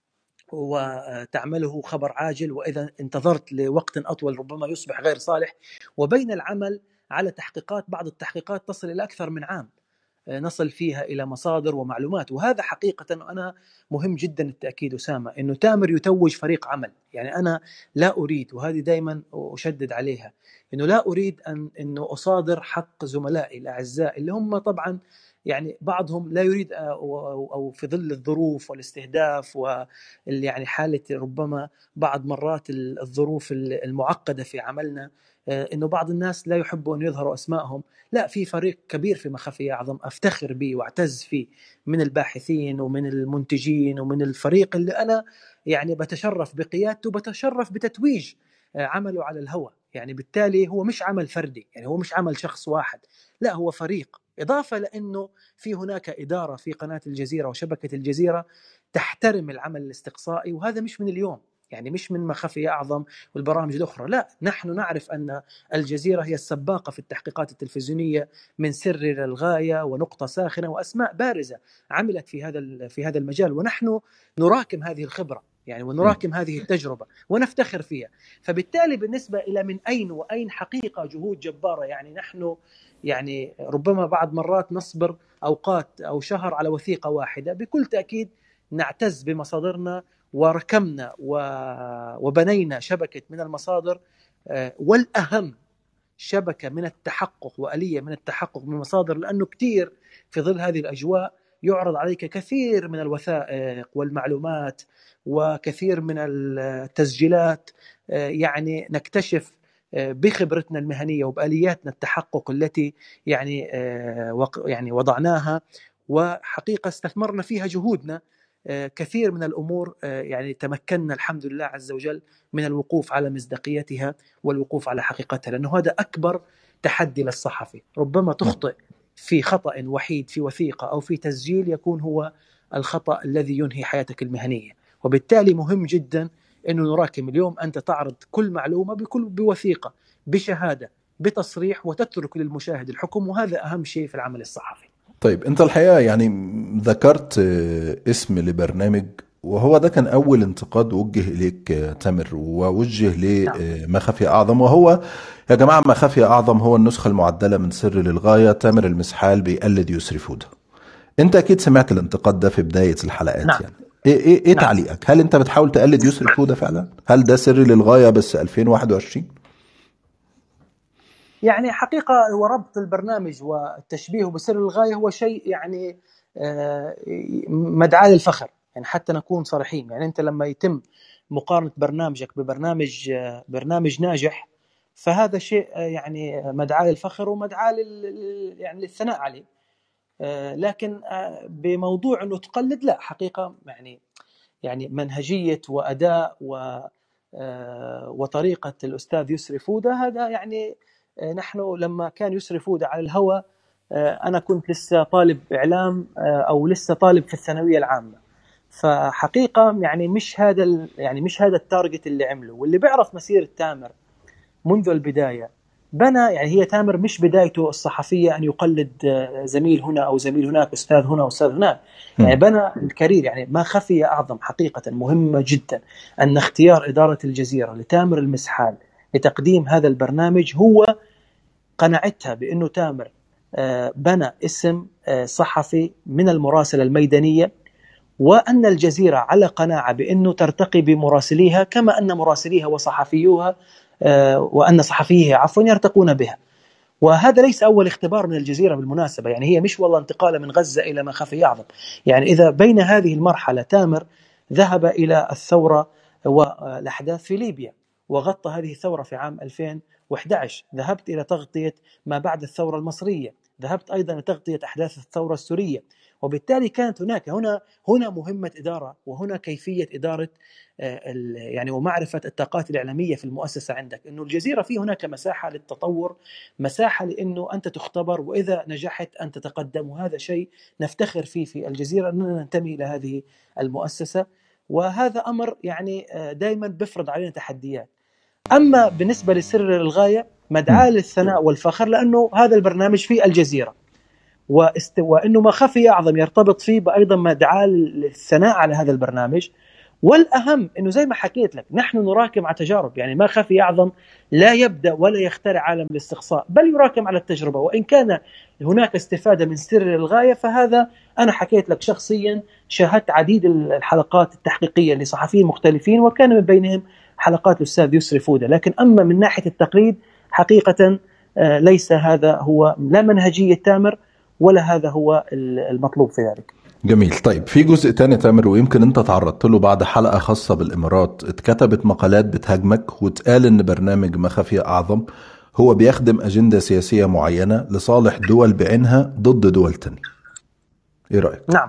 وتعمله خبر عاجل، وإذا انتظرت لوقت أطول ربما يصبح غير صالح، وبين العمل على تحقيقات، بعض التحقيقات تصل إلى أكثر من عام نصل فيها إلى مصادر ومعلومات. وهذا حقيقة أنا مهم جدا التأكيد أسامة أنه تامر يتوج فريق عمل. يعني أنا لا أريد، وهذه دائما أشدد عليها، أنه لا أريد أن أنه أصادر حق زملائي الأعزاء اللي هم طبعا يعني بعضهم لا يريد أو في ظل الظروف والاستهداف ويعني حالة ربما بعض مرات الظروف المعقدة في عملنا، إنه بعض الناس لا يحبوا أن يظهروا أسمائهم. لا، في فريق كبير في مخفي أعظم أفتخر به واعتز فيه من الباحثين ومن المنتجين ومن الفريق اللي أنا يعني بتشرف بقيادته، بتشرف بتتويج عمله على الهواء. يعني بالتالي هو مش عمل فردي، يعني هو مش عمل شخص واحد، لا هو فريق. إضافة لأنه في هناك إدارة في قناة الجزيرة وشبكة الجزيرة تحترم العمل الاستقصائي، وهذا مش من اليوم، يعني مش من مخفي أعظم والبرامج الأخرى. لا، نحن نعرف أن الجزيرة هي السباقة في التحقيقات التلفزيونية من سر للغاية ونقطة ساخنة وأسماء بارزة عملت في هذا في هذا المجال، ونحن نراكم هذه الخبرة يعني ونراكم هذه التجربة ونفتخر فيها. فبالتالي بالنسبة إلى من أين وأين، حقيقة جهود جبارة. يعني نحن يعني ربما بعض مرات نصبر أوقات أو شهر على وثيقة واحدة. بكل تأكيد نعتز بمصادرنا وركمنا وبنينا شبكة من المصادر، والأهم شبكة من التحقق وآلية من التحقق من المصادر، لأنه كتير في ظل هذه الأجواء يعرض عليك كثير من الوثائق والمعلومات وكثير من التسجيلات. يعني نكتشف بخبرتنا المهنية وبآلياتنا التحقق التي يعني يعني وضعناها وحقيقة استثمرنا فيها جهودنا. كثير من الأمور يعني تمكنا الحمد لله عز وجل من الوقوف على مصداقيتها والوقوف على حقيقتها، لأنه هذا أكبر تحدي للصحفي. ربما تخطئ في خطأ وحيد في وثيقة أو في تسجيل يكون هو الخطأ الذي ينهي حياتك المهنية. وبالتالي مهم جدا أنه نراكم. اليوم أنت تعرض كل معلومة بكل بوثيقة بشهادة بتصريح وتترك للمشاهد الحكم، وهذا أهم شيء في العمل الصحفي. طيب انت الحقيقة يعني ذكرت اسم لبرنامج، وهو ده كان اول انتقاد وجه اليك تامر ووجه لما خفي اعظم، وهو يا جماعة ما خفي اعظم هو النسخة المعدلة من سر للغاية، تامر المسحال بيقلد يسري فودة. انت اكيد سمعت الانتقاد ده في بداية الحلقات. نعم. يعني ايه ايه, إيه نعم. تعليقك؟ هل انت بتحاول تقلد يسري فودة فعلا؟ هل ده سر للغاية بس ألفين وواحد وعشرين؟ يعني حقيقة هو ربط البرنامج والتشبيه بسر الغاية هو شيء يعني مدعاة للفخر. يعني حتى نكون صريحين، يعني أنت لما يتم مقارنة برنامجك ببرنامج برنامج ناجح، فهذا شيء يعني مدعاة للفخر ومدعاة لل يعني للثناء عليه. لكن بموضوع أنه تقلد، لا حقيقة يعني يعني منهجية وأداء و وطريقة الأستاذ يسري فودة، هذا يعني نحن لما كان يسري فودة على الهواء أنا كنت لسه طالب إعلام أو لسه طالب في الثانوية العامة، فحقيقة يعني مش هذا يعني مش هذا التارجت اللي عمله. واللي بيعرف مسيرة تامر منذ البداية بنى، يعني هي تامر مش بدايته الصحفية أن يقلد زميل هنا أو زميل هناك، أستاذ هنا وأستاذ هناك، يعني بنى الكارير. يعني ما خفي أعظم حقيقة مهمة جدا أن اختيار إدارة الجزيرة لتامر المسحال لتقديم هذا البرنامج هو قناعتها بأنه تامر بنى اسم صحفي من المراسلة الميدانية، وأن الجزيرة على قناعة بأنه ترتقي بمراسليها كما أن مراسليها وصحفيوها وأن صحفيه عفوا يرتقون بها. وهذا ليس أول اختبار من الجزيرة بالمناسبة، يعني هي مش والله انتقال من غزة إلى ما خفي أعظم. يعني إذا بين هذه المرحلة تامر ذهب إلى الثورة والأحداث في ليبيا وغطى هذه الثورة في عام ألفين وإحدى عشر، ذهبت إلى تغطية ما بعد الثورة المصرية، ذهبت أيضا لتغطية أحداث الثورة السورية، وبالتالي كانت هناك هنا هنا مهمة إدارة، وهنا كيفية إدارة يعني ومعرفة الطاقات الإعلامية في المؤسسة عندك. إنه الجزيرة فيه هناك مساحة للتطور، مساحة لأنه أنت تختبر، وإذا نجحت أن تتقدم، وهذا شيء نفتخر فيه في الجزيرة أننا ننتمي إلى هذه المؤسسة. وهذا أمر يعني دائما بفرض علينا تحديات. أما بالنسبة لسر للغاية، مدعاة للثناء والفخر، لأنه هذا البرنامج في الجزيرة، واست... وأنه ما خفي أعظم يرتبط فيه أيضا مدعاة للثناء على هذا البرنامج. والأهم أنه زي ما حكيت لك نحن نراكم على تجارب، يعني ما خفي أعظم لا يبدأ ولا يخترع عالم الاستقصاء، بل يراكم على التجربة. وإن كان هناك استفادة من سر للغاية، فهذا أنا حكيت لك شخصيا، شاهدت عديد الحلقات التحقيقية لصحفيين مختلفين، وكان من بينهم حلقات الأستاذ يسري فودة. لكن أما من ناحية التقليد حقيقة ليس هذا هو لا منهجية تامر، ولا هذا هو المطلوب في ذلك. جميل. طيب في جزء تاني تامر، ويمكن انت تعرضت له بعد حلقة خاصة بالإمارات، اتكتبت مقالات بتهاجمك واتقال ان برنامج ما خفي أعظم هو بيخدم أجندة سياسية معينة لصالح دول بعينها ضد دول تانية. ايه رأيك؟ نعم،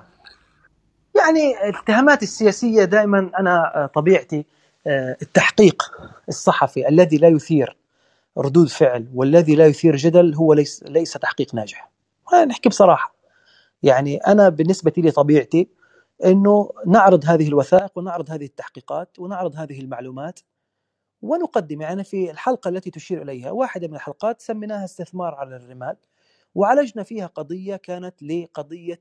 يعني الاتهامات السياسية دائما أنا طبيعتي التحقيق الصحفي الذي لا يثير ردود فعل والذي لا يثير جدل هو ليس ليس تحقيق ناجح. نحكي بصراحة، يعني أنا بالنسبة لي طبيعتي أنه نعرض هذه الوثائق ونعرض هذه التحقيقات ونعرض هذه المعلومات ونقدم. يعني في الحلقة التي تشير إليها، واحدة من الحلقات سميناها استثمار على الرمال، وعالجنا فيها قضية كانت لقضية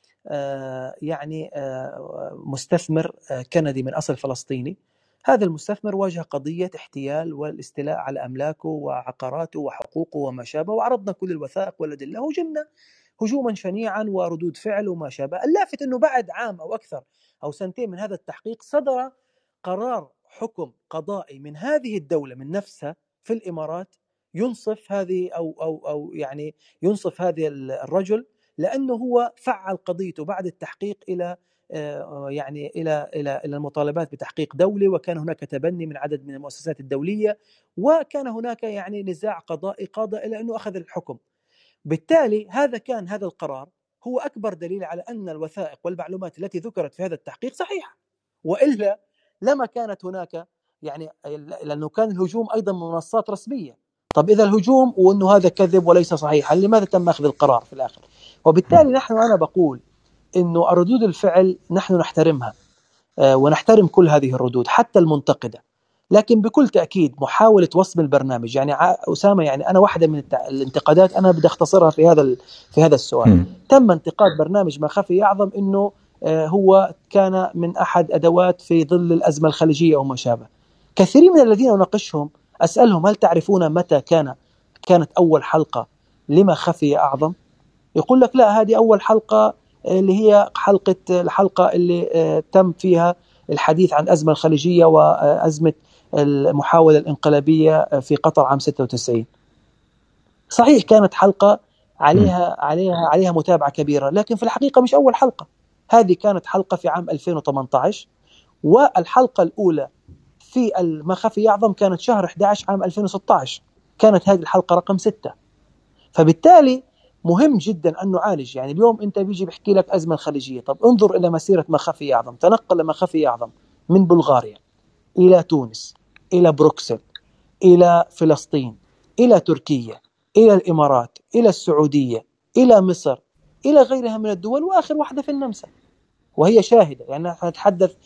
آه يعني آه مستثمر آه كندي من أصل فلسطيني. هذا المستثمر واجه قضية احتيال والاستيلاء على أملاكه وعقاراته وحقوقه وما شابه، وعرضنا كل الوثائق والأدلة، وجدنا هجوما شنيعا وردود فعل وما شابه. اللافت أنه بعد عام أو أكثر أو سنتين من هذا التحقيق صدر قرار حكم قضائي من هذه الدولة من نفسها في الإمارات ينصف هذه أو أو أو يعني ينصف هذا الرجل، لأنه هو فعل قضيته بعد التحقيق إلى يعني إلى إلى إلى المطالبات بتحقيق دولي، وكان هناك تبني من عدد من المؤسسات الدولية، وكان هناك يعني نزاع قضائي قاد إلى أنه أخذ الحكم. بالتالي هذا كان هذا القرار هو أكبر دليل على أن الوثائق والمعلومات التي ذكرت في هذا التحقيق صحيحة، وإلا لما كانت هناك يعني لأنه كان الهجوم أيضا من منصات رسمية. طب إذا الهجوم وأنه هذا كذب وليس صحيحا، لماذا تم أخذ القرار في الآخر؟ وبالتالي نحن أنا بقول إنه ردود الفعل نحن نحترمها ونحترم كل هذه الردود حتى المنتقدة، لكن بكل تأكيد محاولة وصم البرنامج، يعني أسامة يعني أنا واحدة من الانتقادات أنا بدي أختصرها في هذا في هذا السؤال. م. تم انتقاد برنامج ما خفي أعظم إنه هو كان من أحد أدوات في ظل الأزمة الخليجية أو ما شابه. كثيرين من الذين أناقشهم أسألهم هل تعرفون متى كان كانت أول حلقة لما خفي أعظم؟ يقول لك لا، هذه أول حلقة اللي هي حلقة الحلقة اللي تم فيها الحديث عن الأزمة الخليجية وأزمة المحاولة الانقلابية في قطر عام ستة وتسعين. صحيح كانت حلقة عليها عليها عليها متابعة كبيرة، لكن في الحقيقة مش أول حلقة. هذه كانت حلقة في عام ألفين وثمانية عشر، والحلقة الأولى في ما خفي أعظم كانت شهر أحد عشر عام ألفين وستة عشر، كانت هذه الحلقة رقم ستة. فبالتالي مهم جدا أن نعالج. يعني اليوم أنت بيجي بحكي لك أزمة الخليجية، طب انظر إلى مسيرة ما خفي أعظم. تنقل ما خفي أعظم من بلغاريا إلى تونس إلى بروكسل إلى فلسطين إلى تركيا إلى الإمارات إلى السعودية إلى مصر إلى غيرها من الدول، وآخر واحدة في النمسا وهي شاهدة. يعني نحن نتحدث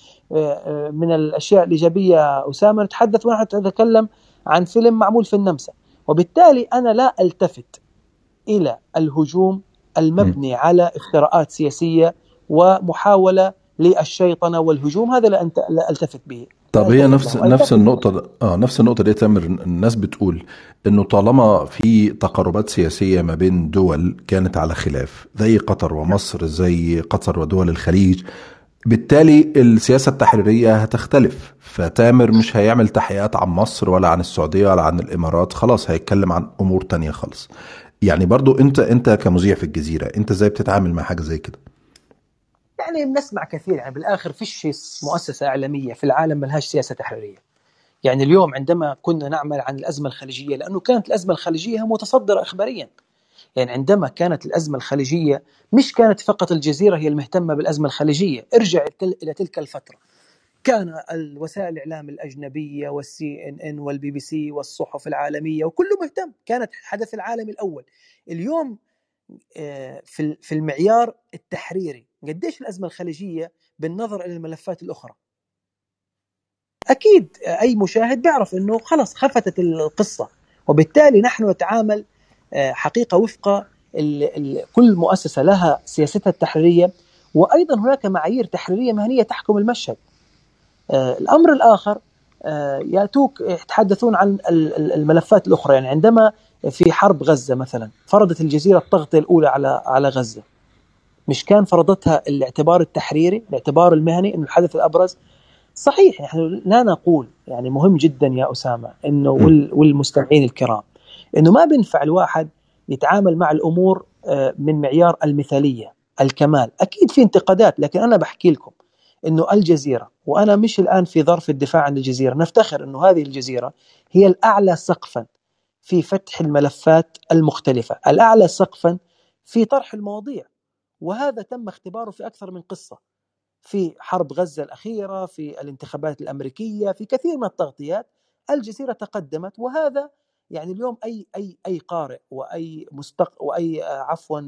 من الأشياء الإيجابية أسامة، نتحدث ونحن نتكلم عن فيلم معمول في النمسا. وبالتالي أنا لا ألتفت إلى الهجوم المبني على افتراءات سياسية ومحاولة للشيطنة والهجوم، هذا لا ألتفت به. طب هي نفس نفس النقطة اه نفس النقطة دي تامر. الناس بتقول إنه طالما في تقاربات سياسية ما بين دول كانت على خلاف زي قطر ومصر، زي قطر ودول الخليج، بالتالي السياسة التحريرية هتختلف. فتامر مش هيعمل تحقيقات عن مصر ولا عن السعودية ولا عن الإمارات، خلاص هيتكلم عن أمور تانية خالص. يعني برضو انت انت كمذيع في الجزيرة، انت ازاي بتتعامل مع حاجة زي كده؟ يعني بنسمع كثير، يعني بالاخر فيش مؤسسة اعلامية في العالم ملهاش سياسة تحريرية. يعني اليوم عندما كنا نعمل عن الازمة الخليجية، لانه كانت الازمة الخليجية متصدرة اخباريا، يعني عندما كانت الأزمة الخليجية مش كانت فقط الجزيرة هي المهتمة بالأزمة الخليجية، ارجع إلى تلك الفترة، كان الوسائل الإعلام الأجنبية والسي إن إن والبي بي سي والصحف العالمية وكله مهتم، كانت حدث العالم الأول. اليوم في المعيار التحريري قديش الأزمة الخليجية بالنظر إلى الملفات الأخرى؟ أكيد أي مشاهد بيعرف أنه خلص خفتت القصة، وبالتالي نحن نتعامل حقيقة وفق كل مؤسسة لها سياستها التحريرية، وأيضا هناك معايير تحريرية مهنية تحكم المشهد. الأمر الآخر يأتوك يتحدثون عن الملفات الأخرى، يعني عندما في حرب غزة مثلا فرضت الجزيرة التغطية الأولى على على غزة، مش كان فرضتها الاعتبار التحريري الاعتبار المهني أنه الحدث الأبرز؟ صحيح، نحن لا نقول، يعني مهم جدا يا أسامة إنه والمستمعين الكرام إنه ما بينفع الواحد يتعامل مع الأمور من معيار المثالية الكمال. أكيد في انتقادات، لكن أنا بحكي لكم إنه الجزيرة، وأنا مش الآن في ظرف الدفاع عن الجزيرة، نفتخر إنه هذه الجزيرة هي الأعلى سقفا في فتح الملفات المختلفة، الأعلى سقفا في طرح المواضيع، وهذا تم اختباره في أكثر من قصة، في حرب غزة الأخيرة، في الانتخابات الأمريكية، في كثير من التغطيات الجزيرة تقدمت. وهذا يعني اليوم أي أي أي قارئ وأي مستق وأي عفوا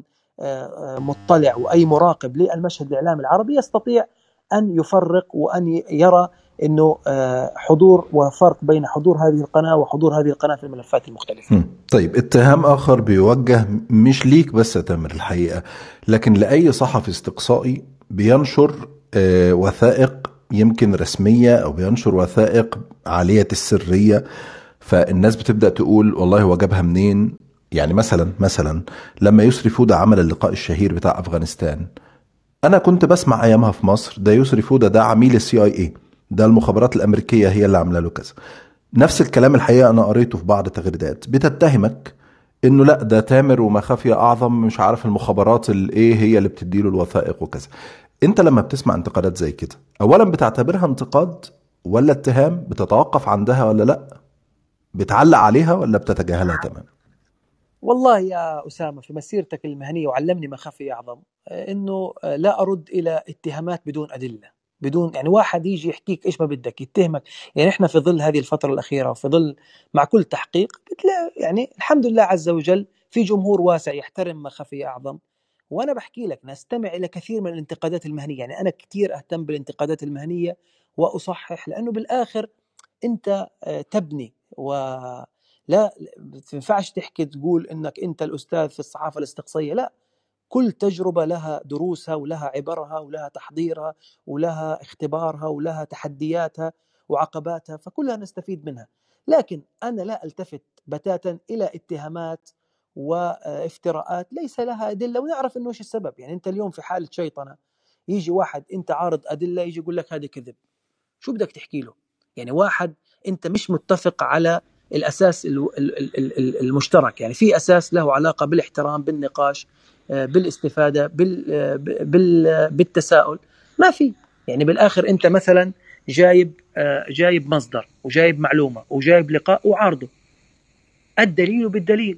مطلع وأي مراقب للمشهد الإعلامي العربي يستطيع أن يفرق وأن يرى إنه حضور وفرق بين حضور هذه القناة وحضور هذه القناة في الملفات المختلفة. طيب، اتهام آخر بيوجه مش ليك بس يا تامر الحقيقة، لكن لأي صحفي استقصائي بينشر آه وثائق يمكن رسمية أو بينشر وثائق عالية السرية، فالناس بتبدأ تقول والله هو جابها منين. يعني مثلا مثلا لما يسري فودة عمل اللقاء الشهير بتاع أفغانستان، أنا كنت بسمع أيامها في مصر ده يسري فودة ده عميل السي آي اي، ده المخابرات الأمريكية هي اللي عامله له كذا. نفس الكلام الحقيقة أنا قريته في بعض تغريدات بتتهمك إنه لا ده تامر وما خفي أعظم، مش عارف المخابرات الإيه هي اللي بتديله الوثائق وكذا. أنت لما بتسمع انتقادات زي كده، أولا بتعتبرها انتقاد ولا اتهام؟ بتتوقف عندها ولا لا؟ بتعلق عليها ولا بتتجاهلها تماما؟ والله يا أسامة، في مسيرتك المهنية وعلمني ما خفي أعظم إنه لا أرد إلى اتهامات بدون أدلة، بدون يعني واحد يجي يحكيك إيش ما بدك يتهمك. يعني إحنا في ظل هذه الفترة الأخيرة وفي ظل مع كل تحقيق يعني الحمد لله عز وجل في جمهور واسع يحترم ما خفي أعظم، وأنا بحكي لك نستمع إلى كثير من الانتقادات المهنية. يعني أنا كتير أهتم بالانتقادات المهنية وأصحح، لأنه بالآخر أنت تبني، ولا لا تنفعش تحكي تقول إنك أنت الأستاذ في الصحافة الاستقصائية. لا، كل تجربة لها دروسها ولها عبرها ولها تحضيرها ولها اختبارها ولها تحدياتها وعقباتها، فكلها نستفيد منها. لكن أنا لا ألتفت بتاتا إلى اتهامات وافتراءات ليس لها أدلة ونعرف إنه إيش السبب. يعني أنت اليوم في حالة شيطنة، يجي واحد أنت عارض أدلة يجي يقول لك هذا كذب، شو بدك تحكي له؟ يعني واحد أنت مش متفق على الأساس المشترك، يعني في أساس له علاقة بالاحترام، بالنقاش، بالاستفادة، بالتساؤل، ما في. يعني بالآخر أنت مثلا جايب جايب مصدر وجايب معلومة وجايب لقاء وعارضه، الدليل بالدليل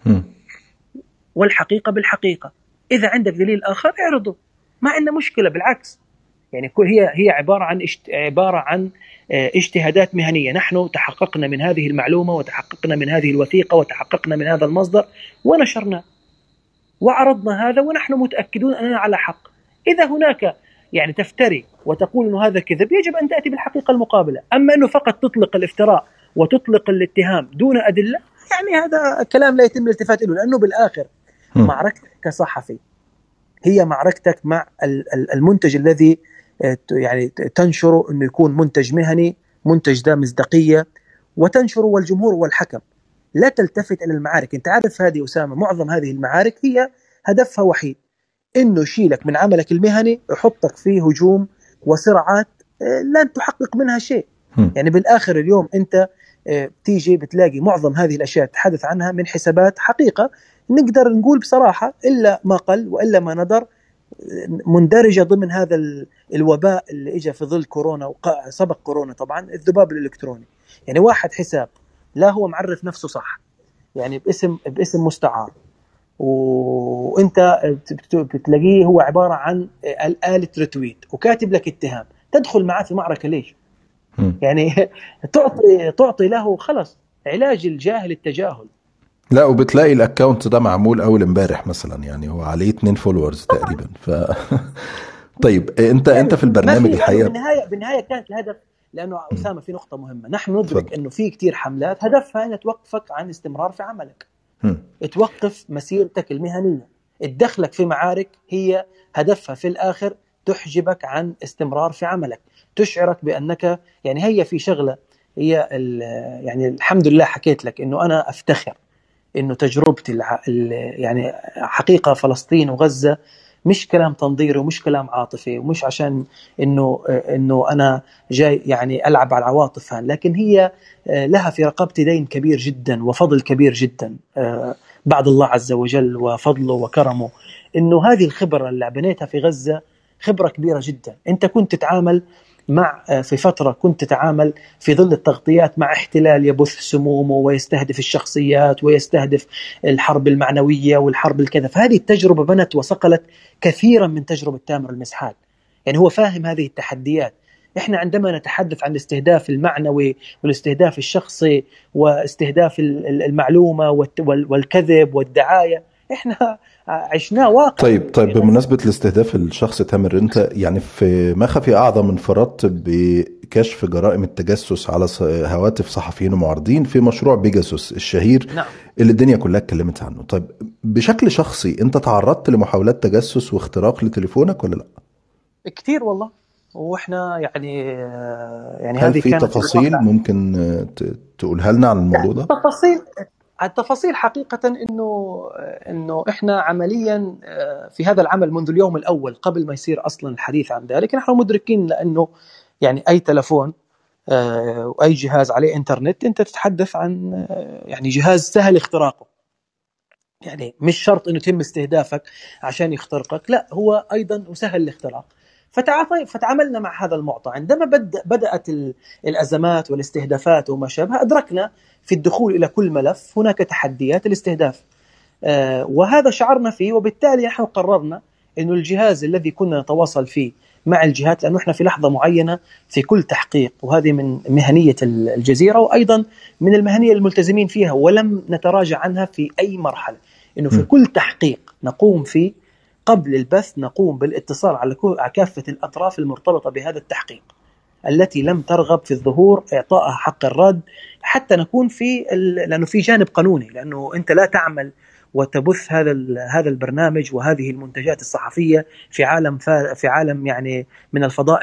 والحقيقة بالحقيقة. إذا عندك دليل آخر اعرضه، ما عندنا مشكلة، بالعكس. يعني هي هي عبارة عن عبارة عن اجتهادات مهنية. نحن تحققنا من هذه المعلومة وتحققنا من هذه الوثيقة وتحققنا من هذا المصدر ونشرنا وعرضنا هذا، ونحن متأكدون أننا على حق. إذا هناك يعني تفتري وتقول أنه هذا كذب، يجب أن تأتي بالحقيقة المقابلة. أما أنه فقط تطلق الافتراء وتطلق الاتهام دون أدلة، يعني هذا كلام لا يتم الالتفات له، لأنه بالآخر معركتك كصحفي هي معركتك مع المنتج الذي يعني تنشره أنه يكون منتج مهني، منتج ذا مصداقية، وتنشره والجمهور والحكم. لا تلتفت إلى المعارك. أنت عارف هذه أسامة، معظم هذه المعارك هي هدفها وحيد، إنه يشيلك من عملك المهني، يحطك في هجوم وصراعات لن تحقق منها شيء. يعني بالآخر اليوم أنت بتيجي بتلاقي معظم هذه الأشياء تحدث عنها من حسابات حقيقة نقدر نقول بصراحة إلا ما قل وإلا ما ندر مندرجة ضمن هذا الوباء اللي إجا في ظل كورونا وسبق كورونا طبعا، الذباب الإلكتروني. يعني واحد حساب لا هو معرف نفسه صح، يعني باسم باسم مستعار، وانت بتلاقيه هو عباره عن آلة رتويت وكاتب لك اتهام، تدخل معاه في معركه ليش؟ م. يعني تعطي تعطي له خلص علاج الجاهل التجاهل. لا، وبتلاقي الاكونت ده معمول اول امبارح مثلا، يعني هو عليه اتنين فولورز تقريبا. ف طيب انت انت يعني في ما في، البرنامج لانه الحقيقه. بالنهايه بالنهايه كانت الهدف، لانه م. اسامه في نقطه مهمه، نحن ندرك اتفضل. انه في كتير حملات هدفها ان توقفك عن استمرار في عملك، م. توقف مسيرتك المهنيه، تدخلك في معارك هي هدفها في الاخر تحجبك عن استمرار في عملك، تشعرك بانك يعني هي في شغله هي يعني الحمد لله حكيت لك انه انا افتخر انه تجربتي الع... يعني حقيقه فلسطين وغزه مش كلام تنظيري ومش كلام عاطفي ومش عشان انه انه انا جاي يعني العب على العواطف، لكن هي لها في رقبتي دين كبير جدا وفضل كبير جدا بعد الله عز وجل وفضله وكرمه، انه هذه الخبره اللي بنيتها في غزه خبره كبيره جدا. انت كنت تتعامل مع في فترة كنت تتعامل في ظل التغطيات مع احتلال يبث سمومه ويستهدف الشخصيات ويستهدف الحرب المعنوية والحرب الكذا، فهذه التجربة بنت وصقلت كثيرا من تجربة تامر المسحال، يعني هو فاهم هذه التحديات. احنا عندما نتحدث عن الاستهداف المعنوي والاستهداف الشخصي واستهداف المعلومة والكذب والدعاية، احنا عشناه واقع. طيب طيب بمناسبة الاستهداف الشخص تامر، انت يعني في ما خفي اعظم انفردت بكشف جرائم التجسس على هواتف صحفيين ومعارضين في مشروع بيجاسوس الشهير. نعم. اللي الدنيا كلها اتكلمت عنه. طيب بشكل شخصي انت تعرضت لمحاولات تجسس واختراق لتليفونك ولا لا؟ كتير والله، واحنا يعني يعني هل هذه في كانت تفاصيل الواقع. ممكن تقولها لنا عن الموضوع ده؟ التفاصيل التفاصيل حقيقة انه انه احنا عمليا في هذا العمل منذ اليوم الاول قبل ما يصير اصلا الحديث عن ذلك نحن مدركين، لانه يعني اي تلفون واي جهاز عليه انترنت انت تتحدث عن يعني جهاز سهل اختراقه، يعني مش شرط انه يتم استهدافك عشان يخترقك، لا هو ايضا سهل الاختراق. فتعاملنا مع هذا المعطى. عندما بدأت الأزمات والاستهدافات وما شابه أدركنا في الدخول إلى كل ملف هناك تحديات الاستهداف، وهذا شعرنا فيه، وبالتالي نحن قررنا أن الجهاز الذي كنا نتواصل فيه مع الجهات، لأنه إحنا في لحظة معينة في كل تحقيق، وهذه من مهنية الجزيرة وأيضا من المهنية الملتزمين فيها ولم نتراجع عنها في أي مرحلة، أنه في كل تحقيق نقوم فيه قبل البث نقوم بالاتصال على كافة الأطراف المرتبطة بهذا التحقيق التي لم ترغب في الظهور إعطائها حق الرد، حتى نكون في لأنه في جانب قانوني، لأنه أنت لا تعمل وتبث هذا هذا البرنامج وهذه المنتجات الصحفية في عالم في عالم يعني من الفضاء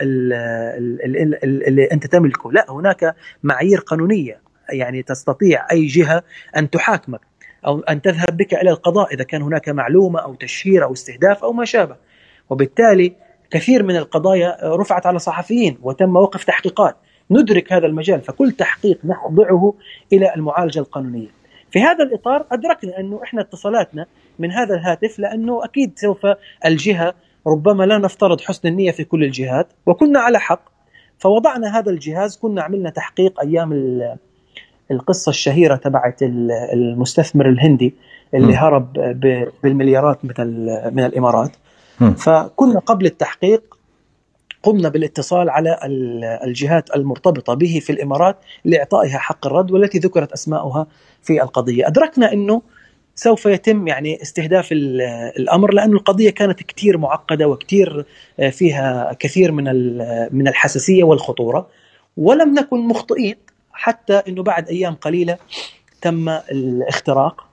اللي أنت تملكه، لا هناك معايير قانونية يعني تستطيع أي جهة أن تحاكمك أو أن تذهب بك إلى القضاء إذا كان هناك معلومة أو تشهير أو استهداف أو ما شابه. وبالتالي كثير من القضايا رفعت على صحفيين وتم وقف تحقيقات، ندرك هذا المجال، فكل تحقيق نخضعه إلى المعالجة القانونية. في هذا الإطار أدركنا أنه إحنا اتصالاتنا من هذا الهاتف، لأنه أكيد سوف الجهة ربما لا نفترض حسن النية في كل الجهات وكنا على حق، فوضعنا هذا الجهاز. كنا عملنا تحقيق أيام القصة الشهيرة تبعت المستثمر الهندي اللي م. هرب بالمليارات مثل من الإمارات، م. فكنا قبل التحقيق قمنا بالاتصال على الجهات المرتبطة به في الإمارات لإعطائها حق الرد والتي ذكرت أسماؤها في القضية. أدركنا أنه سوف يتم يعني استهداف الأمر، لأن القضية كانت كتير معقدة وكتير فيها كثير من من الحساسية والخطورة، ولم نكن مخطئين حتى أنه بعد أيام قليلة تم الاختراق.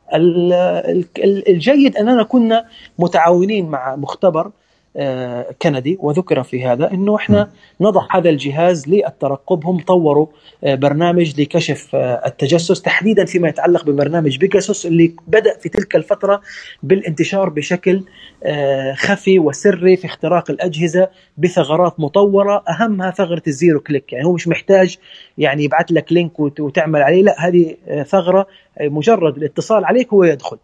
الجيد أننا كنا متعاونين مع مختبر كندي، وذكر في هذا أنه إحنا نضع هذا الجهاز للترقب. هم طوروا برنامج لكشف التجسس تحديدا فيما يتعلق ببرنامج بيجاسوس اللي بدأ في تلك الفترة بالانتشار بشكل خفي وسري في اختراق الأجهزة بثغرات مطورة، أهمها ثغرة الزيرو كليك. يعني هو مش محتاج يعني يبعث لك لينك وتعمل عليه، لا هذه ثغرة مجرد الاتصال عليك هو يدخل.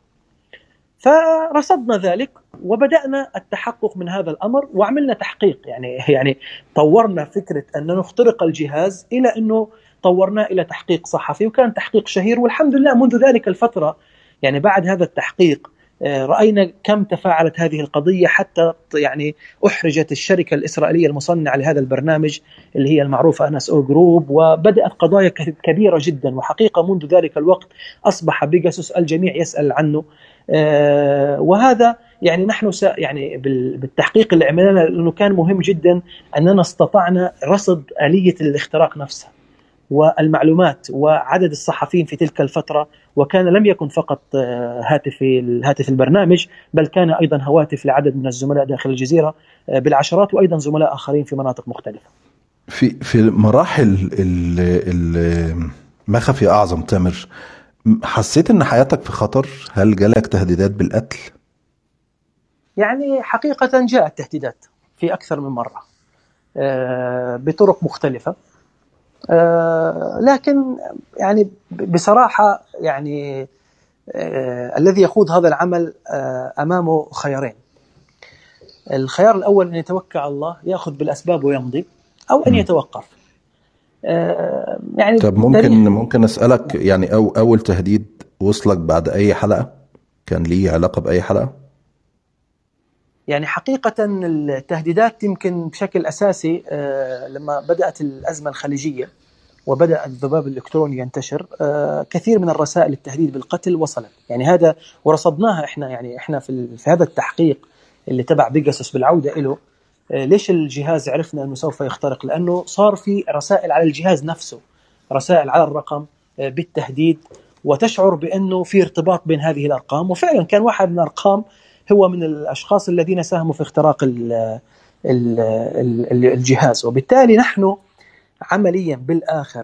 فرصدنا ذلك وبدأنا التحقق من هذا الأمر وعملنا تحقيق، يعني يعني طورنا فكرة أن نخترق الجهاز إلى أنه طورنا إلى تحقيق صحفي، وكان تحقيق شهير. والحمد لله منذ ذلك الفترة يعني بعد هذا التحقيق رأينا كم تفاعلت هذه القضية حتى يعني أحرجت الشركة الإسرائيلية المصنعة لهذا البرنامج اللي هي المعروفة إن إس أو جروب، وبدأت قضايا كبيرة جدا. وحقيقة منذ ذلك الوقت أصبح بيجاسوس الجميع يسأل عنه. وهذا يعني نحن يعني بالتحقيق اللي عملنا لأنه كان مهم جدا أننا استطعنا رصد آلية الاختراق نفسها والمعلومات وعدد الصحفيين في تلك الفترة. وكان لم يكن فقط هاتف الهاتف البرنامج، بل كان أيضا هواتف لعدد من الزملاء داخل الجزيرة بالعشرات، وأيضا زملاء آخرين في مناطق مختلفة. في في مراحل ال ال ما خفي أعظم تامر، حسيت إن حياتك في خطر؟ هل جالك تهديدات بالقتل؟ يعني حقيقة جاءت تهديدات في أكثر من مرة بطرق مختلفة، لكن يعني بصراحة يعني الذي يخوض هذا العمل أمامه خيارين. الخيار الأول أن يتوكل على الله، يأخذ بالأسباب ويمضي، أو أن يتوقف. يعني طب ممكن ممكن أسألك يعني أو أول تهديد وصلك بعد أي حلقة كان ليه علاقة بأي حلقة؟ يعني حقيقة التهديدات يمكن بشكل أساسي لما بدأت الأزمة الخليجية وبدأ الذباب الإلكتروني ينتشر، كثير من الرسائل التهديد بالقتل وصلت. يعني هذا ورصدناها إحنا، يعني إحنا في, في هذا التحقيق اللي تبع بيجاسوس بالعودة إله. ليش الجهاز عرفنا أنه سوف يخترق؟ لأنه صار في رسائل على الجهاز نفسه، رسائل على الرقم بالتهديد، وتشعر بأنه في ارتباط بين هذه الأرقام. وفعلا كان واحد من الأرقام هو من الأشخاص الذين ساهموا في اختراق ال ال ال الجهاز. وبالتالي نحن عمليا بالآخر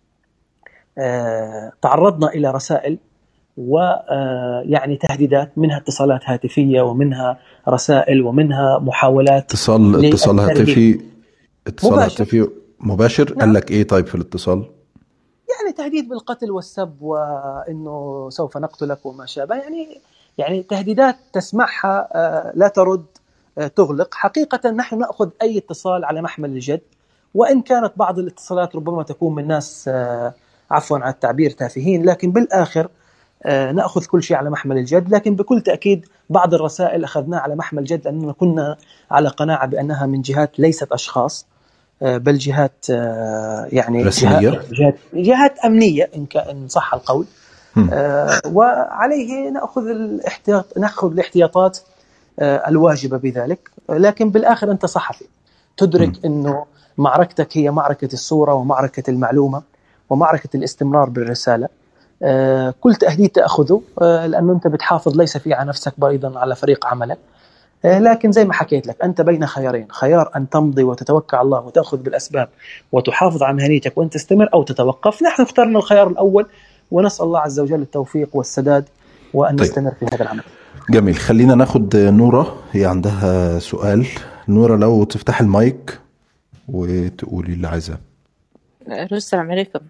آه تعرضنا إلى رسائل ويعني آه تهديدات، منها اتصالات هاتفية ومنها رسائل ومنها محاولات اتصال اتصال هاتفي اتصال مباشر. هاتفي مباشر. نعم. قال لك ايه طيب في الاتصال؟ يعني تهديد بالقتل والسب وانه سوف نقتلك وما شابه. يعني يعني تهديدات تسمعها آه لا ترد، آه تغلق. حقيقة نحن نأخذ أي اتصال على محمل الجد، وإن كانت بعض الاتصالات ربما تكون من ناس آه عفوا على التعبير تافهين، لكن بالآخر آه نأخذ كل شيء على محمل الجد. لكن بكل تأكيد بعض الرسائل أخذناها على محمل الجد لأننا كنا على قناعة بأنها من جهات ليست أشخاص، آه بل جهات آه يعني رسمية، جهات, جهات, جهات أمنية إن, إن صح القول. آه وعليه نأخذ الاحتياط نأخذ الاحتياطات آه الواجبة بذلك. لكن بالآخر أنت صحفي تدرك م. أنه معركتك هي معركة الصورة ومعركة المعلومة ومعركة الاستمرار بالرسالة. آه كل تهديد تأخذه آه لأنه أنت بتحافظ ليس في على نفسك بل أيضا على فريق عملك. آه لكن زي ما حكيت لك أنت بين خيارين، خيار أن تمضي وتتوكل على الله وتأخذ بالأسباب وتحافظ على مهنيتك وأن تستمر، أو تتوقف. نحن اخترنا الخيار الأول، ونسأل الله عز وجل التوفيق والسداد وأن طيب. نستمر في هذا العمل. جميل. خلينا ناخد نورة، هي عندها سؤال. نورة لو تفتح المايك وتقولي اللي عايزاه. السلام عليكم.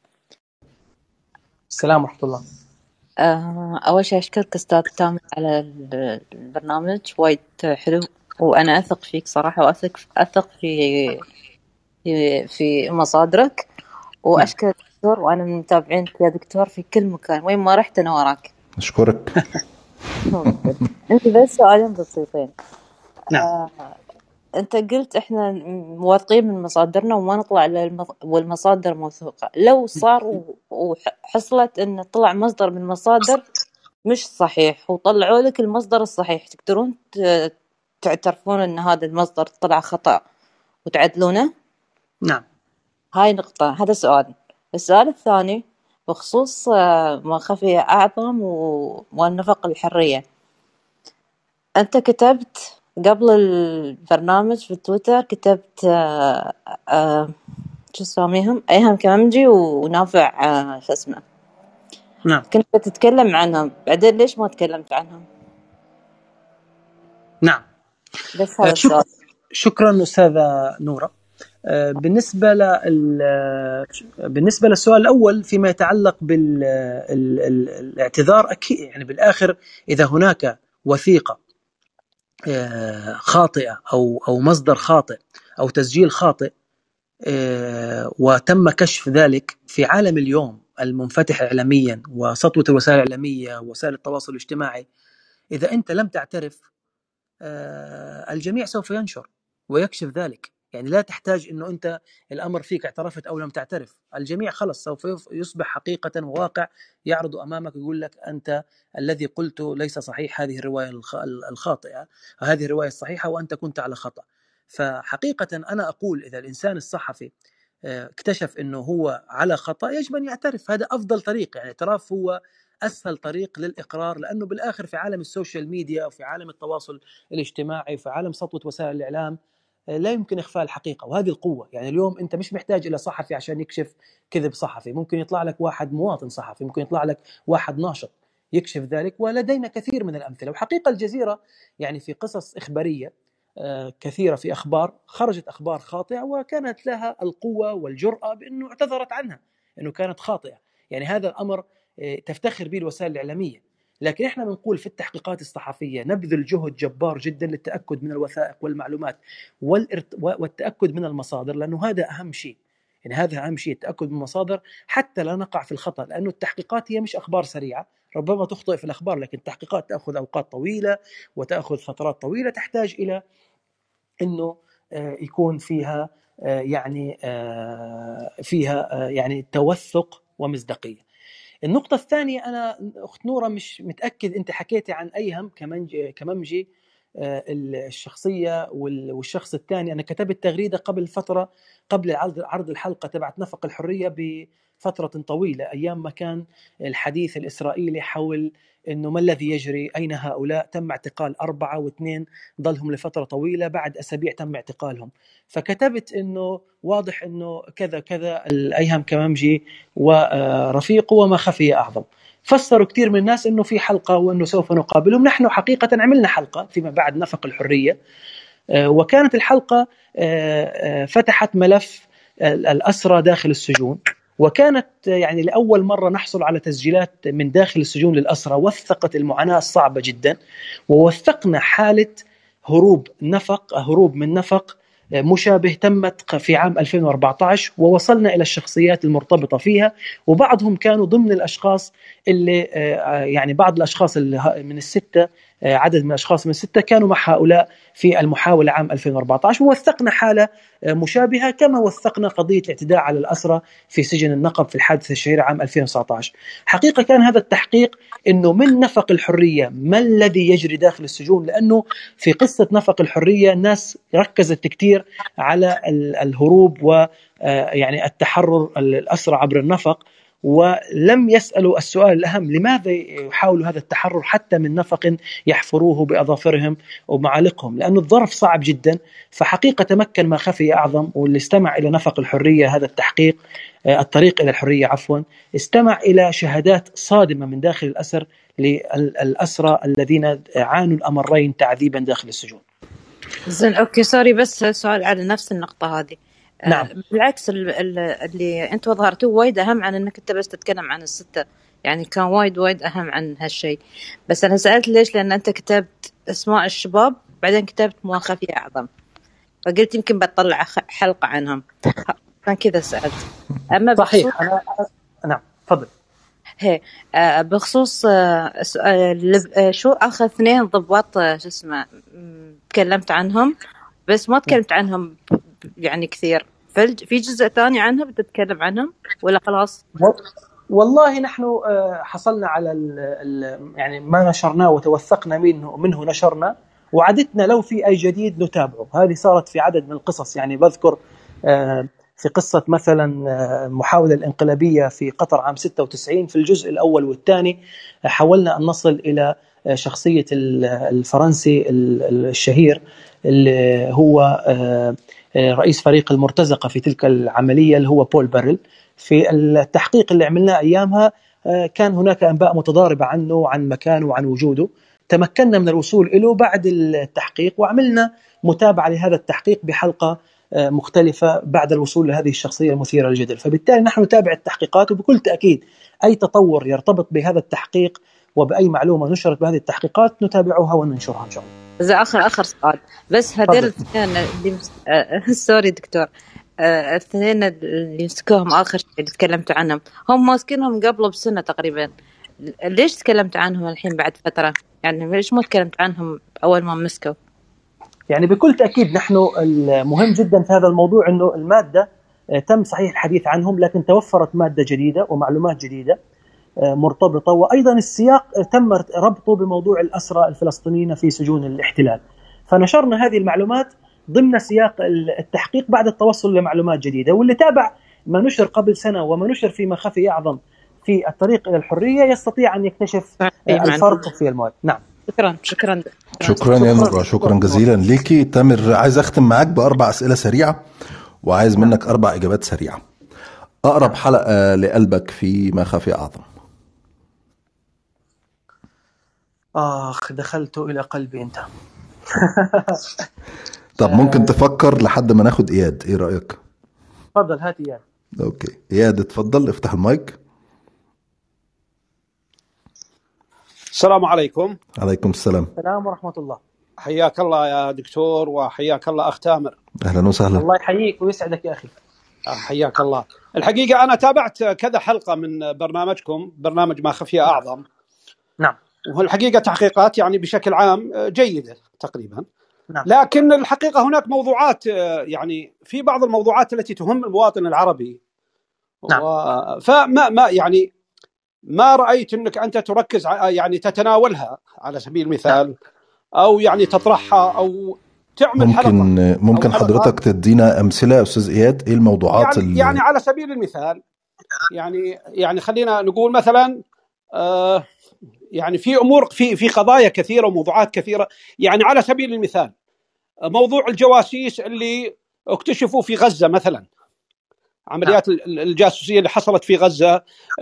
السلام ورحمة الله. أول شيء أشكرك أستاذ تامر على البرنامج، وايد حلو، وأنا أثق فيك صراحة، وأثق أثق في في في مصادرك، وأشكر الدكتور، وأنا من متابعينك يا دكتور في كل مكان، وين ما رحت أنا وراك. أشكرك. أنت بس سؤالين بسيطين. نعم. آه، أنت قلت إحنا موثقين من مصادرنا وما نطلع للمص... والمصادر موثوقة. لو صار وحصلت إن طلع مصدر من مصادر مش صحيح وطلعوا لك المصدر الصحيح، تقدرون ت... تعترفون إن هذا المصدر طلع خطأ وتعدلونه؟ نعم. هاي نقطة، هذا سؤال. السؤال الثاني بخصوص ما خفي أعظم والنفق الحرية. أنت كتبت قبل البرنامج في تويتر، كتبت آآ آآ شو اسميهم أيهم كمامجي ونافع شو اسمه. نعم. كنت بتتكلم عنهم، بعدين ليش ما تكلمت عنهم؟ نعم. بس هذا شكرا. شكرا أستاذة نورة. بالنسبة لل بالنسبة للسؤال الأول فيما يتعلق بالاعتذار، أكيد يعني بالآخر إذا هناك وثيقة خاطئة أو أو مصدر خاطئ أو تسجيل خاطئ وتم كشف ذلك في عالم اليوم المنفتح إعلاميا وسطوة الوسائل الإعلامية ووسائل التواصل الاجتماعي، إذا أنت لم تعترف الجميع سوف ينشر ويكشف ذلك. يعني لا تحتاج أنه أنت الأمر فيك اعترفت أو لم تعترف، الجميع خلص سوف يصبح حقيقة وواقع يعرض أمامك ويقول لك أنت الذي قلت ليس صحيح، هذه الرواية الخاطئة، هذه الرواية الصحيحة وأنت كنت على خطأ. فحقيقة أنا أقول إذا الإنسان الصحفي اكتشف أنه هو على خطأ يجب أن يعترف، هذا أفضل طريق. يعني الاعتراف هو أسهل طريق للإقرار، لأنه بالآخر في عالم السوشيال ميديا وفي عالم التواصل الاجتماعي وفي عالم سطوة وسائل الإعلام لا يمكن إخفاء الحقيقة، وهذه القوة. يعني اليوم أنت مش محتاج إلى صحفي عشان يكشف كذب صحفي، ممكن يطلع لك واحد مواطن صحفي، ممكن يطلع لك واحد ناشط يكشف ذلك، ولدينا كثير من الأمثلة. وحقيقة الجزيرة يعني في قصص إخبارية كثيرة، في أخبار خرجت أخبار خاطئة وكانت لها القوة والجرأة بأنه اعتذرت عنها أنه كانت خاطئة. يعني هذا الأمر تفتخر به الوسائل الإعلامية. لكن إحنا بنقول في التحقيقات الصحفية نبذل جهد جبار جدا للتأكد من الوثائق والمعلومات والتأكد من المصادر، لأنه هذا أهم شيء. يعني هذا أهم شيء، التأكد من المصادر حتى لا نقع في الخطأ، لأنه التحقيقات هي مش أخبار سريعة، ربما تخطئ في الأخبار، لكن التحقيقات تأخذ أوقات طويلة وتأخذ فترات طويلة، تحتاج إلى أنه يكون فيها يعني فيها يعني توثق ومصداقية. النقطة الثانية، أنا أخت نورة مش متأكد أنت حكيتي عن أيهم كممجي الشخصية والشخص الثاني. أنا كتبت تغريدة قبل فترة قبل عرض الحلقة تبعت نفق الحرية بفترة طويلة، أيام ما كان الحديث الإسرائيلي حول إنه ما الذي يجري، أين هؤلاء، تم اعتقال أربعة واثنين ضلهم لفترة طويلة، بعد أسابيع تم اعتقالهم. فكتبت إنه واضح إنه كذا كذا الأيهم كممجي ورفيقه وما خفي أعظم. فسروا كثير من الناس إنه في حلقة وإنه سوف نقابلهم. نحن حقيقة عملنا حلقة فيما بعد نفق الحرية، وكانت الحلقة فتحت ملف الأسرى داخل السجون، وكانت يعني لأول مرة نحصل على تسجيلات من داخل السجون للأسرى، وثقت المعاناة الصعبة جدا، ووثقنا حالة هروب نفق هروب من نفق مشابه تمت في عام ألفين وأربعة عشر، ووصلنا إلى الشخصيات المرتبطة فيها، وبعضهم كانوا ضمن الأشخاص اللي يعني بعض الأشخاص اللي من الستة، عدد من الأشخاص من الستة كانوا مع هؤلاء في المحاولة عام ألفين وأربعة عشر، ووثقنا حالة مشابهة كما وثقنا قضية الاعتداء على الأسرى في سجن النقب في الحادثة الشهيرة عام ألفين وتسعة عشر. حقيقة كان هذا التحقيق إنه من نفق الحرية ما الذي يجري داخل السجون، لأنه في قصة نفق الحرية الناس ركزت كتير على الهروب ويعني التحرر الأسرى عبر النفق، ولم يسألوا السؤال الأهم: لماذا يحاولوا هذا التحرر حتى من نفق يحفروه بأظافرهم ومعالقهم؟ لأن الظرف صعب جدا. فحقيقة تمكن ما خفي أعظم، واللي استمع إلى نفق الحرية هذا التحقيق الطريق إلى الحرية عفوا، استمع إلى شهادات صادمة من داخل الأسر للأسرى الذين عانوا الأمرين تعذيبا داخل السجون. زين أوكي سوري، بس سؤال على نفس النقطة هذه. نعم. بالعكس اللي أنت وظهرته وايد أهم عن أنك أنت بس تتكلم عن الستة، يعني كان وايد وايد أهم عن هالشيء. بس أنا سألت ليش، لأن أنت كتبت أسماء الشباب بعدين كتبت ما خفي أعظم، فقلت يمكن بتطلع حلقة عنهم، كان كذا سألت. أما صحيح. أنا نعم تفضل. هي بخصوص شو آخر اثنين ضباط شو اسمه تكلمت عنهم، بس ما تكلمت عنهم يعني كثير. في جزء ثاني عنها بتتكلم عنهم ولا خلاص؟ والله نحن حصلنا على يعني ما نشرناه وتوثقنا منه منه نشرنا، وعدتنا لو في أي جديد نتابعه. هذه صارت في عدد من القصص، يعني بذكر في قصة مثلا محاولة الانقلابية في قطر عام ستة وتسعين في الجزء الأول والثاني حاولنا أن نصل إلى شخصية الفرنسي الشهير اللي هو رئيس فريق المرتزقة في تلك العملية اللي هو بول باريل. في التحقيق اللي عملناه أيامها كان هناك أنباء متضاربة عنه وعن مكانه وعن وجوده. تمكنا من الوصول إليه بعد التحقيق، وعملنا متابعة لهذا التحقيق بحلقة مختلفة بعد الوصول لهذه الشخصية المثيرة للجدل. فبالتالي نحن نتابع التحقيقات، وبكل تأكيد أي تطور يرتبط بهذا التحقيق وبأي معلومة نشرت بهذه التحقيقات نتابعها وننشرها إن شاء الله. إذا آخر آخر سؤال بس، هذول الاثنين اللي آه سوري دكتور، آه الاثنين اللي مسكوهم آخر شيء اللي تكلمت عنهم، هم ماسكينهم قبل بسنة تقريبا، ليش تكلمت عنهم الحين بعد فترة؟ يعني ليش ما تكلمت عنهم أول ما مسكوا؟ يعني بكل تأكيد نحن المهم جدا في هذا الموضوع أنه المادة تم صحيح الحديث عنهم، لكن توفرت مادة جديدة ومعلومات جديدة مرتبطة، وأيضا السياق تم ربطه بموضوع الأسرى الفلسطينيين في سجون الاحتلال، فنشرنا هذه المعلومات ضمن سياق التحقيق بعد التوصل لمعلومات جديدة. واللي تابع ما نشر قبل سنة وما نشر في ما خفي أعظم في الطريق إلى الحرية يستطيع أن يكتشف الفرق في المواد. نعم، شكرا شكرا شكرا يا نورة، شكرا جزيلا ليكي. تامر، عايز أختم معاك بأربع أسئلة سريعة وعايز منك أربع إجابات سريعة. أقرب حلقة لقلبك في ما خفي أعظم؟ آخ، دخلت إلى قلبي أنت. طب ممكن تفكر لحد ما ناخد إياد، إيه رأيك؟ تفضل، هات إياد. أوكي إياد اتفضل، افتح المايك. السلام عليكم. عليكم السلام. السلام ورحمة الله. حياك الله يا دكتور، وحياك الله أخ تامر. أهلا وسهلا. الله يحييك ويسعدك يا أخي. حياك الله. الحقيقة أنا تابعت كذا حلقة من برنامجكم، برنامج ما خفي أعظم. نعم. والحقيقة تحقيقات يعني بشكل عام جيدة تقريبا. نعم. لكن الحقيقة هناك موضوعات، يعني في بعض الموضوعات التي تهم المواطن العربي. نعم. و... فما ما يعني ما رأيت أنك أنت تركز يعني تتناولها على سبيل المثال. نعم. أو يعني تطرحها أو تعمل ممكن حلقة. ممكن حضرتك تدينا أمثلة أستاذ إياد، إيه الموضوعات يعني, اللي... يعني على سبيل المثال، يعني يعني خلينا نقول مثلا آه يعني في أمور في في قضايا كثيرة وموضوعات كثيرة. يعني على سبيل المثال موضوع الجواسيس اللي اكتشفوا في غزة مثلا، عمليات الجاسوسية اللي حصلت في غزة،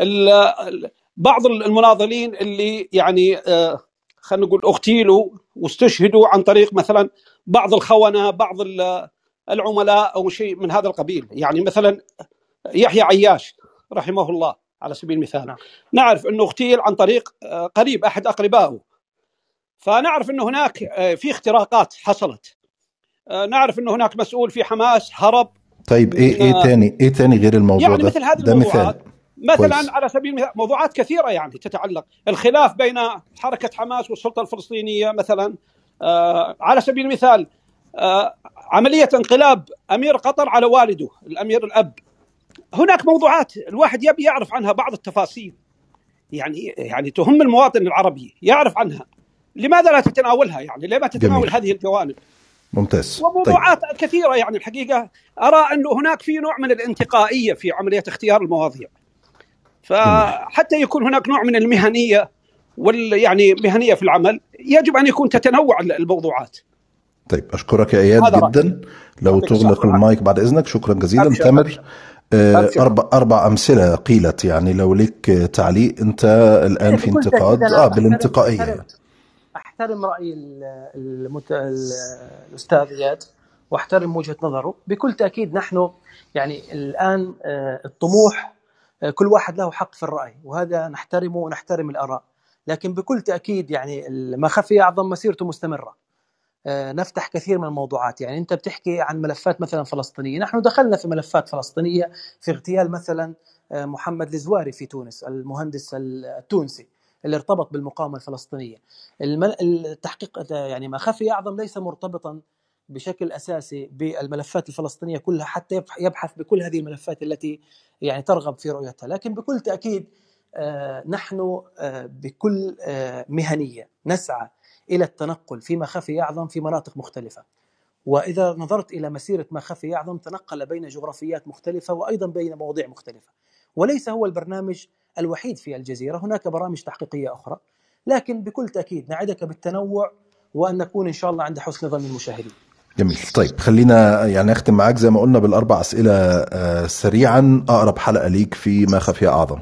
بعض المناضلين اللي يعني آه خلينا نقول اغتيلوا واستشهدوا عن طريق مثلا بعض الخونة، بعض العملاء أو شيء من هذا القبيل. يعني مثلا يحيى عياش رحمه الله على سبيل المثال، نعم. نعرف أنه اغتيل عن طريق قريب أحد أقربائه، فنعرف أنه هناك في اختراقات حصلت، نعرف أنه هناك مسؤول في حماس هرب. طيب إيه إيه تاني إيه تاني غير الموضوع يعني ده؟ مثل هذه ده الموضوعات مثال. مثلا كويس. على سبيل المثال موضوعات كثيرة يعني تتعلق الخلاف بين حركة حماس والسلطة الفلسطينية مثلا. آه على سبيل المثال آه عملية انقلاب أمير قطر على والده الأمير الأب. هناك موضوعات الواحد يبي يعرف عنها بعض التفاصيل، يعني يعني تهم المواطن العربي يعرف عنها. لماذا لا تتناولها؟ يعني لما تتناول جميل. هذه الجوانب ممتاز. وموضوعات طيب. كثيرة. يعني الحقيقة أرى أنه هناك في نوع من الانتقائية في عملية اختيار المواضيع، فحتى يكون هناك نوع من المهنية وال يعني مهنية في العمل يجب أن يكون تتنوع الموضوعات. طيب أشكرك يا إياد جدا. لو تغلق المايك بعد إذنك. شكرا جزيلا. تامر، أربع أربع أمثلة قيلت، يعني لو لك تعليق أنت الآن في انتقاد آه بالانتقائية. أحترم, أحترم رأي المت... الأستاذ إياد واحترم وجهة نظره. بكل تأكيد نحن يعني الآن الطموح كل واحد له حق في الرأي، وهذا نحترمه ونحترم الآراء، لكن بكل تأكيد يعني ما خفي أعظم مسيرته مستمرة. نفتح كثير من الموضوعات. يعني أنت بتحكي عن ملفات مثلا فلسطينية، نحن دخلنا في ملفات فلسطينية في اغتيال مثلا محمد الزواري في تونس، المهندس التونسي اللي ارتبط بالمقاومة الفلسطينية. التحقيق يعني ما خفي أعظم ليس مرتبطا بشكل أساسي بالملفات الفلسطينية كلها، حتى يبحث بكل هذه الملفات التي يعني ترغب في رؤيتها، لكن بكل تأكيد نحن بكل مهنية نسعى إلى التنقل في ما خفي أعظم في مناطق مختلفة. وإذا نظرت إلى مسيرة ما خفي أعظم تنقل بين جغرافيات مختلفة وأيضا بين مواضيع مختلفة، وليس هو البرنامج الوحيد في الجزيرة، هناك برامج تحقيقية أخرى، لكن بكل تأكيد نعدك بالتنوع وأن نكون إن شاء الله عند حسن ظن المشاهدين. جميل. طيب خلينا يعني أختم معاك زي ما قلنا بالأربع أسئلة سريعا. أقرب حلقة ليك في ما خفي أعظم؟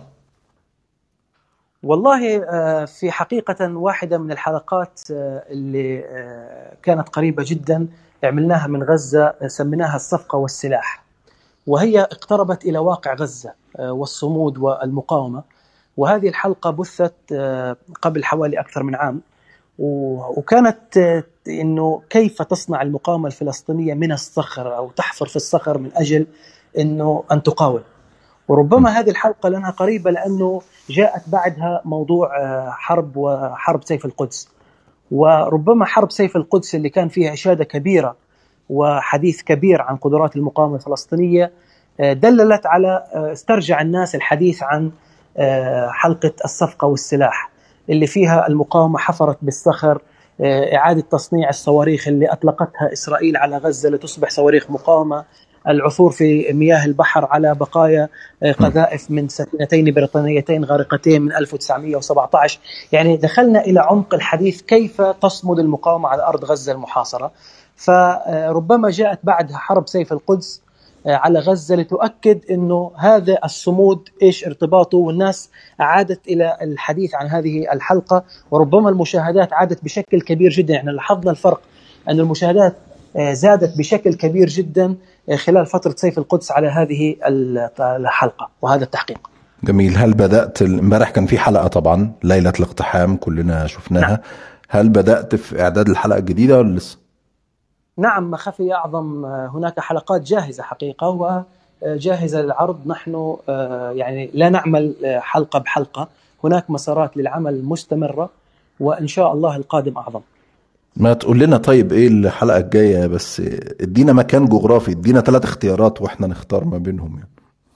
والله في حقيقة واحدة من الحلقات اللي كانت قريبة جدا عملناها من غزة، سميناها الصفقة والسلاح، وهي اقتربت إلى واقع غزة والصمود والمقاومة. وهذه الحلقة بثت قبل حوالي أكثر من عام، وكانت إنه كيف تصنع المقاومة الفلسطينية من الصخر أو تحفر في الصخر من أجل إنه أن تقاوم. وربما هذه الحلقة لأنها قريبة لأنه جاءت بعدها موضوع حرب وحرب سيف القدس، وربما حرب سيف القدس اللي كان فيها إشادة كبيرة وحديث كبير عن قدرات المقاومة الفلسطينية دللت على استرجع الناس الحديث عن حلقة الصفقة والسلاح اللي فيها المقاومة حفرت بالصخر إعادة تصنيع الصواريخ اللي أطلقتها إسرائيل على غزة لتصبح صواريخ مقاومة، العثور في مياه البحر على بقايا قذائف من سفينتين بريطانيتين غارقتين من ألف وتسعمئة وسبعة عشر. يعني دخلنا إلى عمق الحديث كيف تصمد المقاومة على أرض غزة المحاصرة. فربما جاءت بعدها حرب سيف القدس على غزة لتؤكد أنه هذا الصمود إيش ارتباطه، والناس عادت إلى الحديث عن هذه الحلقة، وربما المشاهدات عادت بشكل كبير جدا. يعني لاحظنا الفرق أن المشاهدات زادت بشكل كبير جدا خلال فترة سيف القدس على هذه الحلقة وهذا التحقيق. جميل. هل بدأت امبارح كان في حلقة طبعا ليلة الاقتحام كلنا شفناها. نعم. هل بدأت في إعداد الحلقة الجديدة ولا لسه؟ نعم، ما خفي أعظم، هناك حلقات جاهزة حقيقة وجاهزة للعرض. نحن يعني لا نعمل حلقة بحلقة، هناك مسارات للعمل مستمرة وإن شاء الله القادم أعظم. ما تقول لنا طيب إيه الحلقة الجاية؟ بس ادينا مكان جغرافي، ادينا ثلاث اختيارات وإحنا نختار ما بينهم يعني.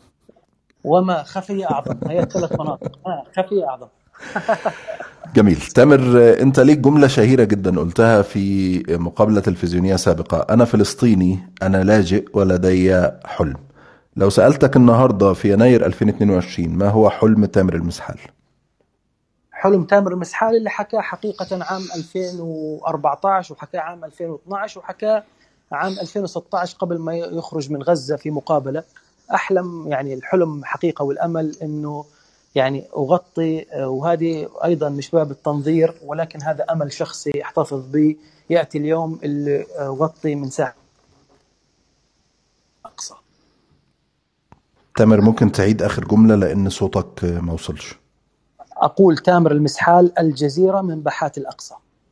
وما خفي أعظم، هي الثلاث مناطق. ما خفي أعظم. جميل. تامر، انت ليك جملة شهيرة جدا قلتها في مقابلة تلفزيونية سابقة: انا فلسطيني، انا لاجئ ولدي حلم. لو سألتك النهاردة في يناير ألفين واثنين وعشرين ما هو حلم تامر المسحال؟ حلم تامر المسحال اللي حكاه حقيقة عام ألفين وأربعة عشر وحكاه عام ألفين واثني عشر وحكاه عام ألفين وستة عشر قبل ما يخرج من غزة في مقابلة. أحلم يعني الحلم حقيقة والأمل أنه يعني أغطي، وهذه أيضا مش باب التنظير ولكن هذا أمل شخصي احتفظ به، يأتي اليوم اللي أغطي من ساعة أقصى. تامر ممكن تعيد آخر جملة لأن صوتك ما وصلش؟ أقول تامر المسحال، الجزيرة من باحات الأقصى.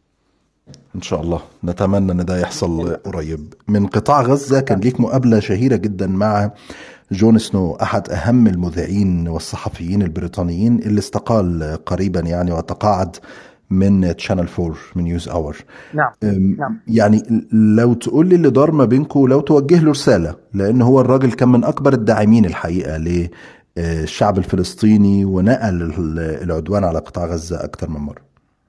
إن شاء الله، نتمنى أن ده يحصل قريب. من قطاع غزة كان ليك مقابلة شهيرة جدا مع جون سنو، أحد أهم المذيعين والصحفيين البريطانيين اللي استقال قريبا يعني وتقاعد من تشانل فور من نيوز أور. نعم. نعم. يعني لو تقول لي اللي دار ما بينكم، لو توجه له رسالة، لأن هو الراجل كان من أكبر الداعمين الحقيقة للشعب الفلسطيني ونقل العدوان على قطاع غزة أكثر من مرة.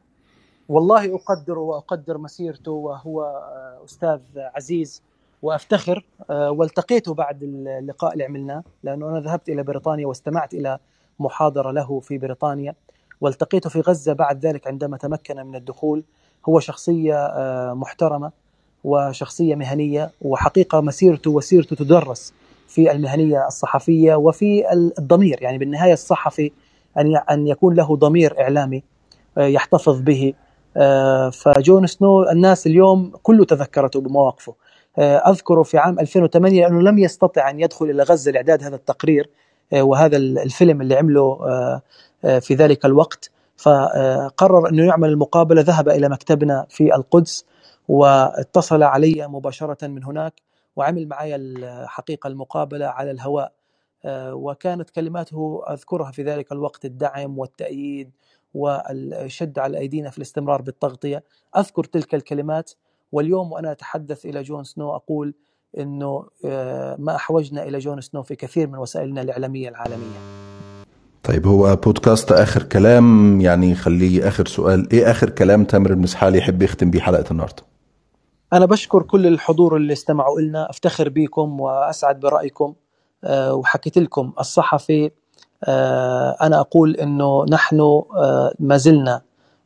والله أقدر وأقدر مسيرته، وهو أستاذ عزيز وأفتخر. والتقيته بعد اللقاء اللي عملناه، لأنه أنا ذهبت إلى بريطانيا واستمعت إلى محاضرة له في بريطانيا، والتقيته في غزة بعد ذلك عندما تمكن من الدخول. هو شخصية محترمة وشخصية مهنية، وحقيقة مسيرته وسيرته تدرس في المهنية الصحفية وفي الضمير. يعني بالنهاية الصحفي أن يكون له ضمير إعلامي يحتفظ به. فجون سنو الناس اليوم كله تذكرته بمواقفه. أذكره في عام ألفين وثمانية لأنه لم يستطع أن يدخل إلى غزة لإعداد هذا التقرير وهذا الفيلم اللي عمله في ذلك الوقت، فقرر أنه يعمل المقابلة. ذهب إلى مكتبنا في القدس واتصل علي مباشرة من هناك وعمل معي الحقيقة المقابلة على الهواء. وكانت كلماته أذكرها في ذلك الوقت الدعم والتأييد والشد على أيدينا في الاستمرار بالتغطية. أذكر تلك الكلمات، واليوم وأنا أتحدث إلى جون سنو أقول إنه ما أحوجنا إلى جون سنو في كثير من وسائلنا الإعلامية العالمية. طيب، هو بودكاست آخر كلام، يعني خليه آخر سؤال: إيه آخر كلام تامر المسحال يحب يختم بيه حلقة النهاردة؟ أنا بشكر كل الحضور اللي استمعوا لنا، أفتخر بكم وأسعد برأيكم. وحكيت لكم الصحفي، أنا أقول أنه نحن ما زلنا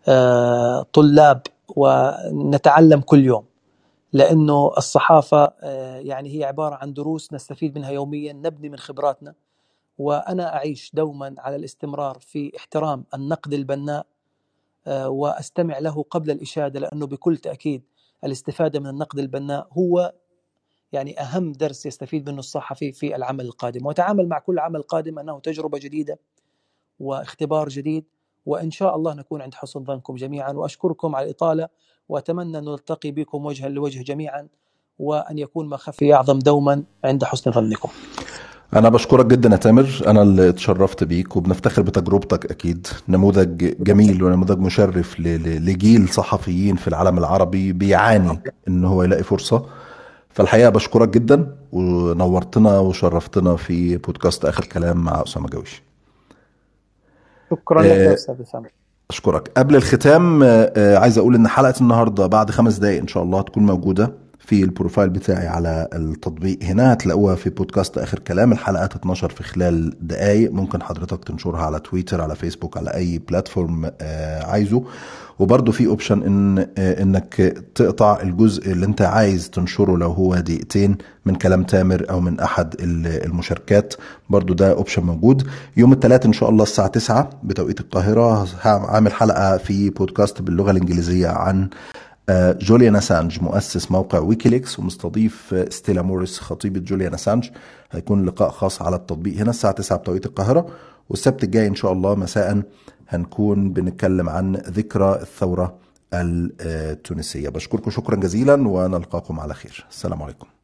طلاب ونتعلم كل يوم، لأنه الصحافة يعني هي عبارة عن دروس نستفيد منها يوميا، نبني من خبراتنا. وأنا أعيش دوما على الاستمرار في احترام النقد البناء وأستمع له قبل الإشادة، لأنه بكل تأكيد الاستفادة من النقد البناء هو يعني أهم درس يستفيد منه الصحفي في العمل القادم. وتعامل مع كل عمل قادم أنه تجربة جديدة واختبار جديد، وإن شاء الله نكون عند حسن ظنكم جميعا. وأشكركم على الإطالة، وأتمنى أن نلتقي بكم وجها لوجه جميعا، وأن يكون ما خفي أعظم دوما عند حسن ظنكم. انا بشكرك جدا يا تامر، انا اللي اتشرفت بيك وبنفتخر بتجربتك. اكيد نموذج جميل ونموذج مشرف ل- ل- لجيل صحفيين في العالم العربي بيعاني ان هو يلاقي فرصة. فالحقيقة بشكرك جدا ونورتنا وشرفتنا في بودكاست اخر كلام مع اسامة جويش. شكرا لك يا آه، استاذ اسامه. اشكرك. قبل الختام آه، آه، عايز اقول ان حلقة النهاردة بعد خمس دقايق ان شاء الله هتكون موجودة في البروفايل بتاعي على التطبيق. هنا هتلاقوها في بودكاست اخر كلام. الحلقة تتنشر في خلال دقايق، ممكن حضرتك تنشرها على تويتر، على فيسبوك، على اي بلاتفورم آه، عايزه. وبرضو في اوبشن ان آه، انك تقطع الجزء اللي انت عايز تنشره لو هو دقيقتين من كلام تامر او من احد ال- المشاركات. برضو ده اوبشن موجود. يوم الثلاث ان شاء الله الساعة تسعة بتوقيت القاهرة هعمل حلقة في بودكاست باللغة الانجليزية عن آه، جوليان أسانج مؤسس موقع ويكيليكس، ومستضيف آه، ستيلا موريس خطيبة جوليان أسانج. هيكون لقاء خاص على التطبيق هنا الساعة تسعة بتوقيت القاهرة. والسبت الجاي إن شاء الله مساء هنكون بنتكلم عن ذكرى الثورة التونسية. بشكركم شكرا جزيلا ونلقاكم على خير. السلام عليكم.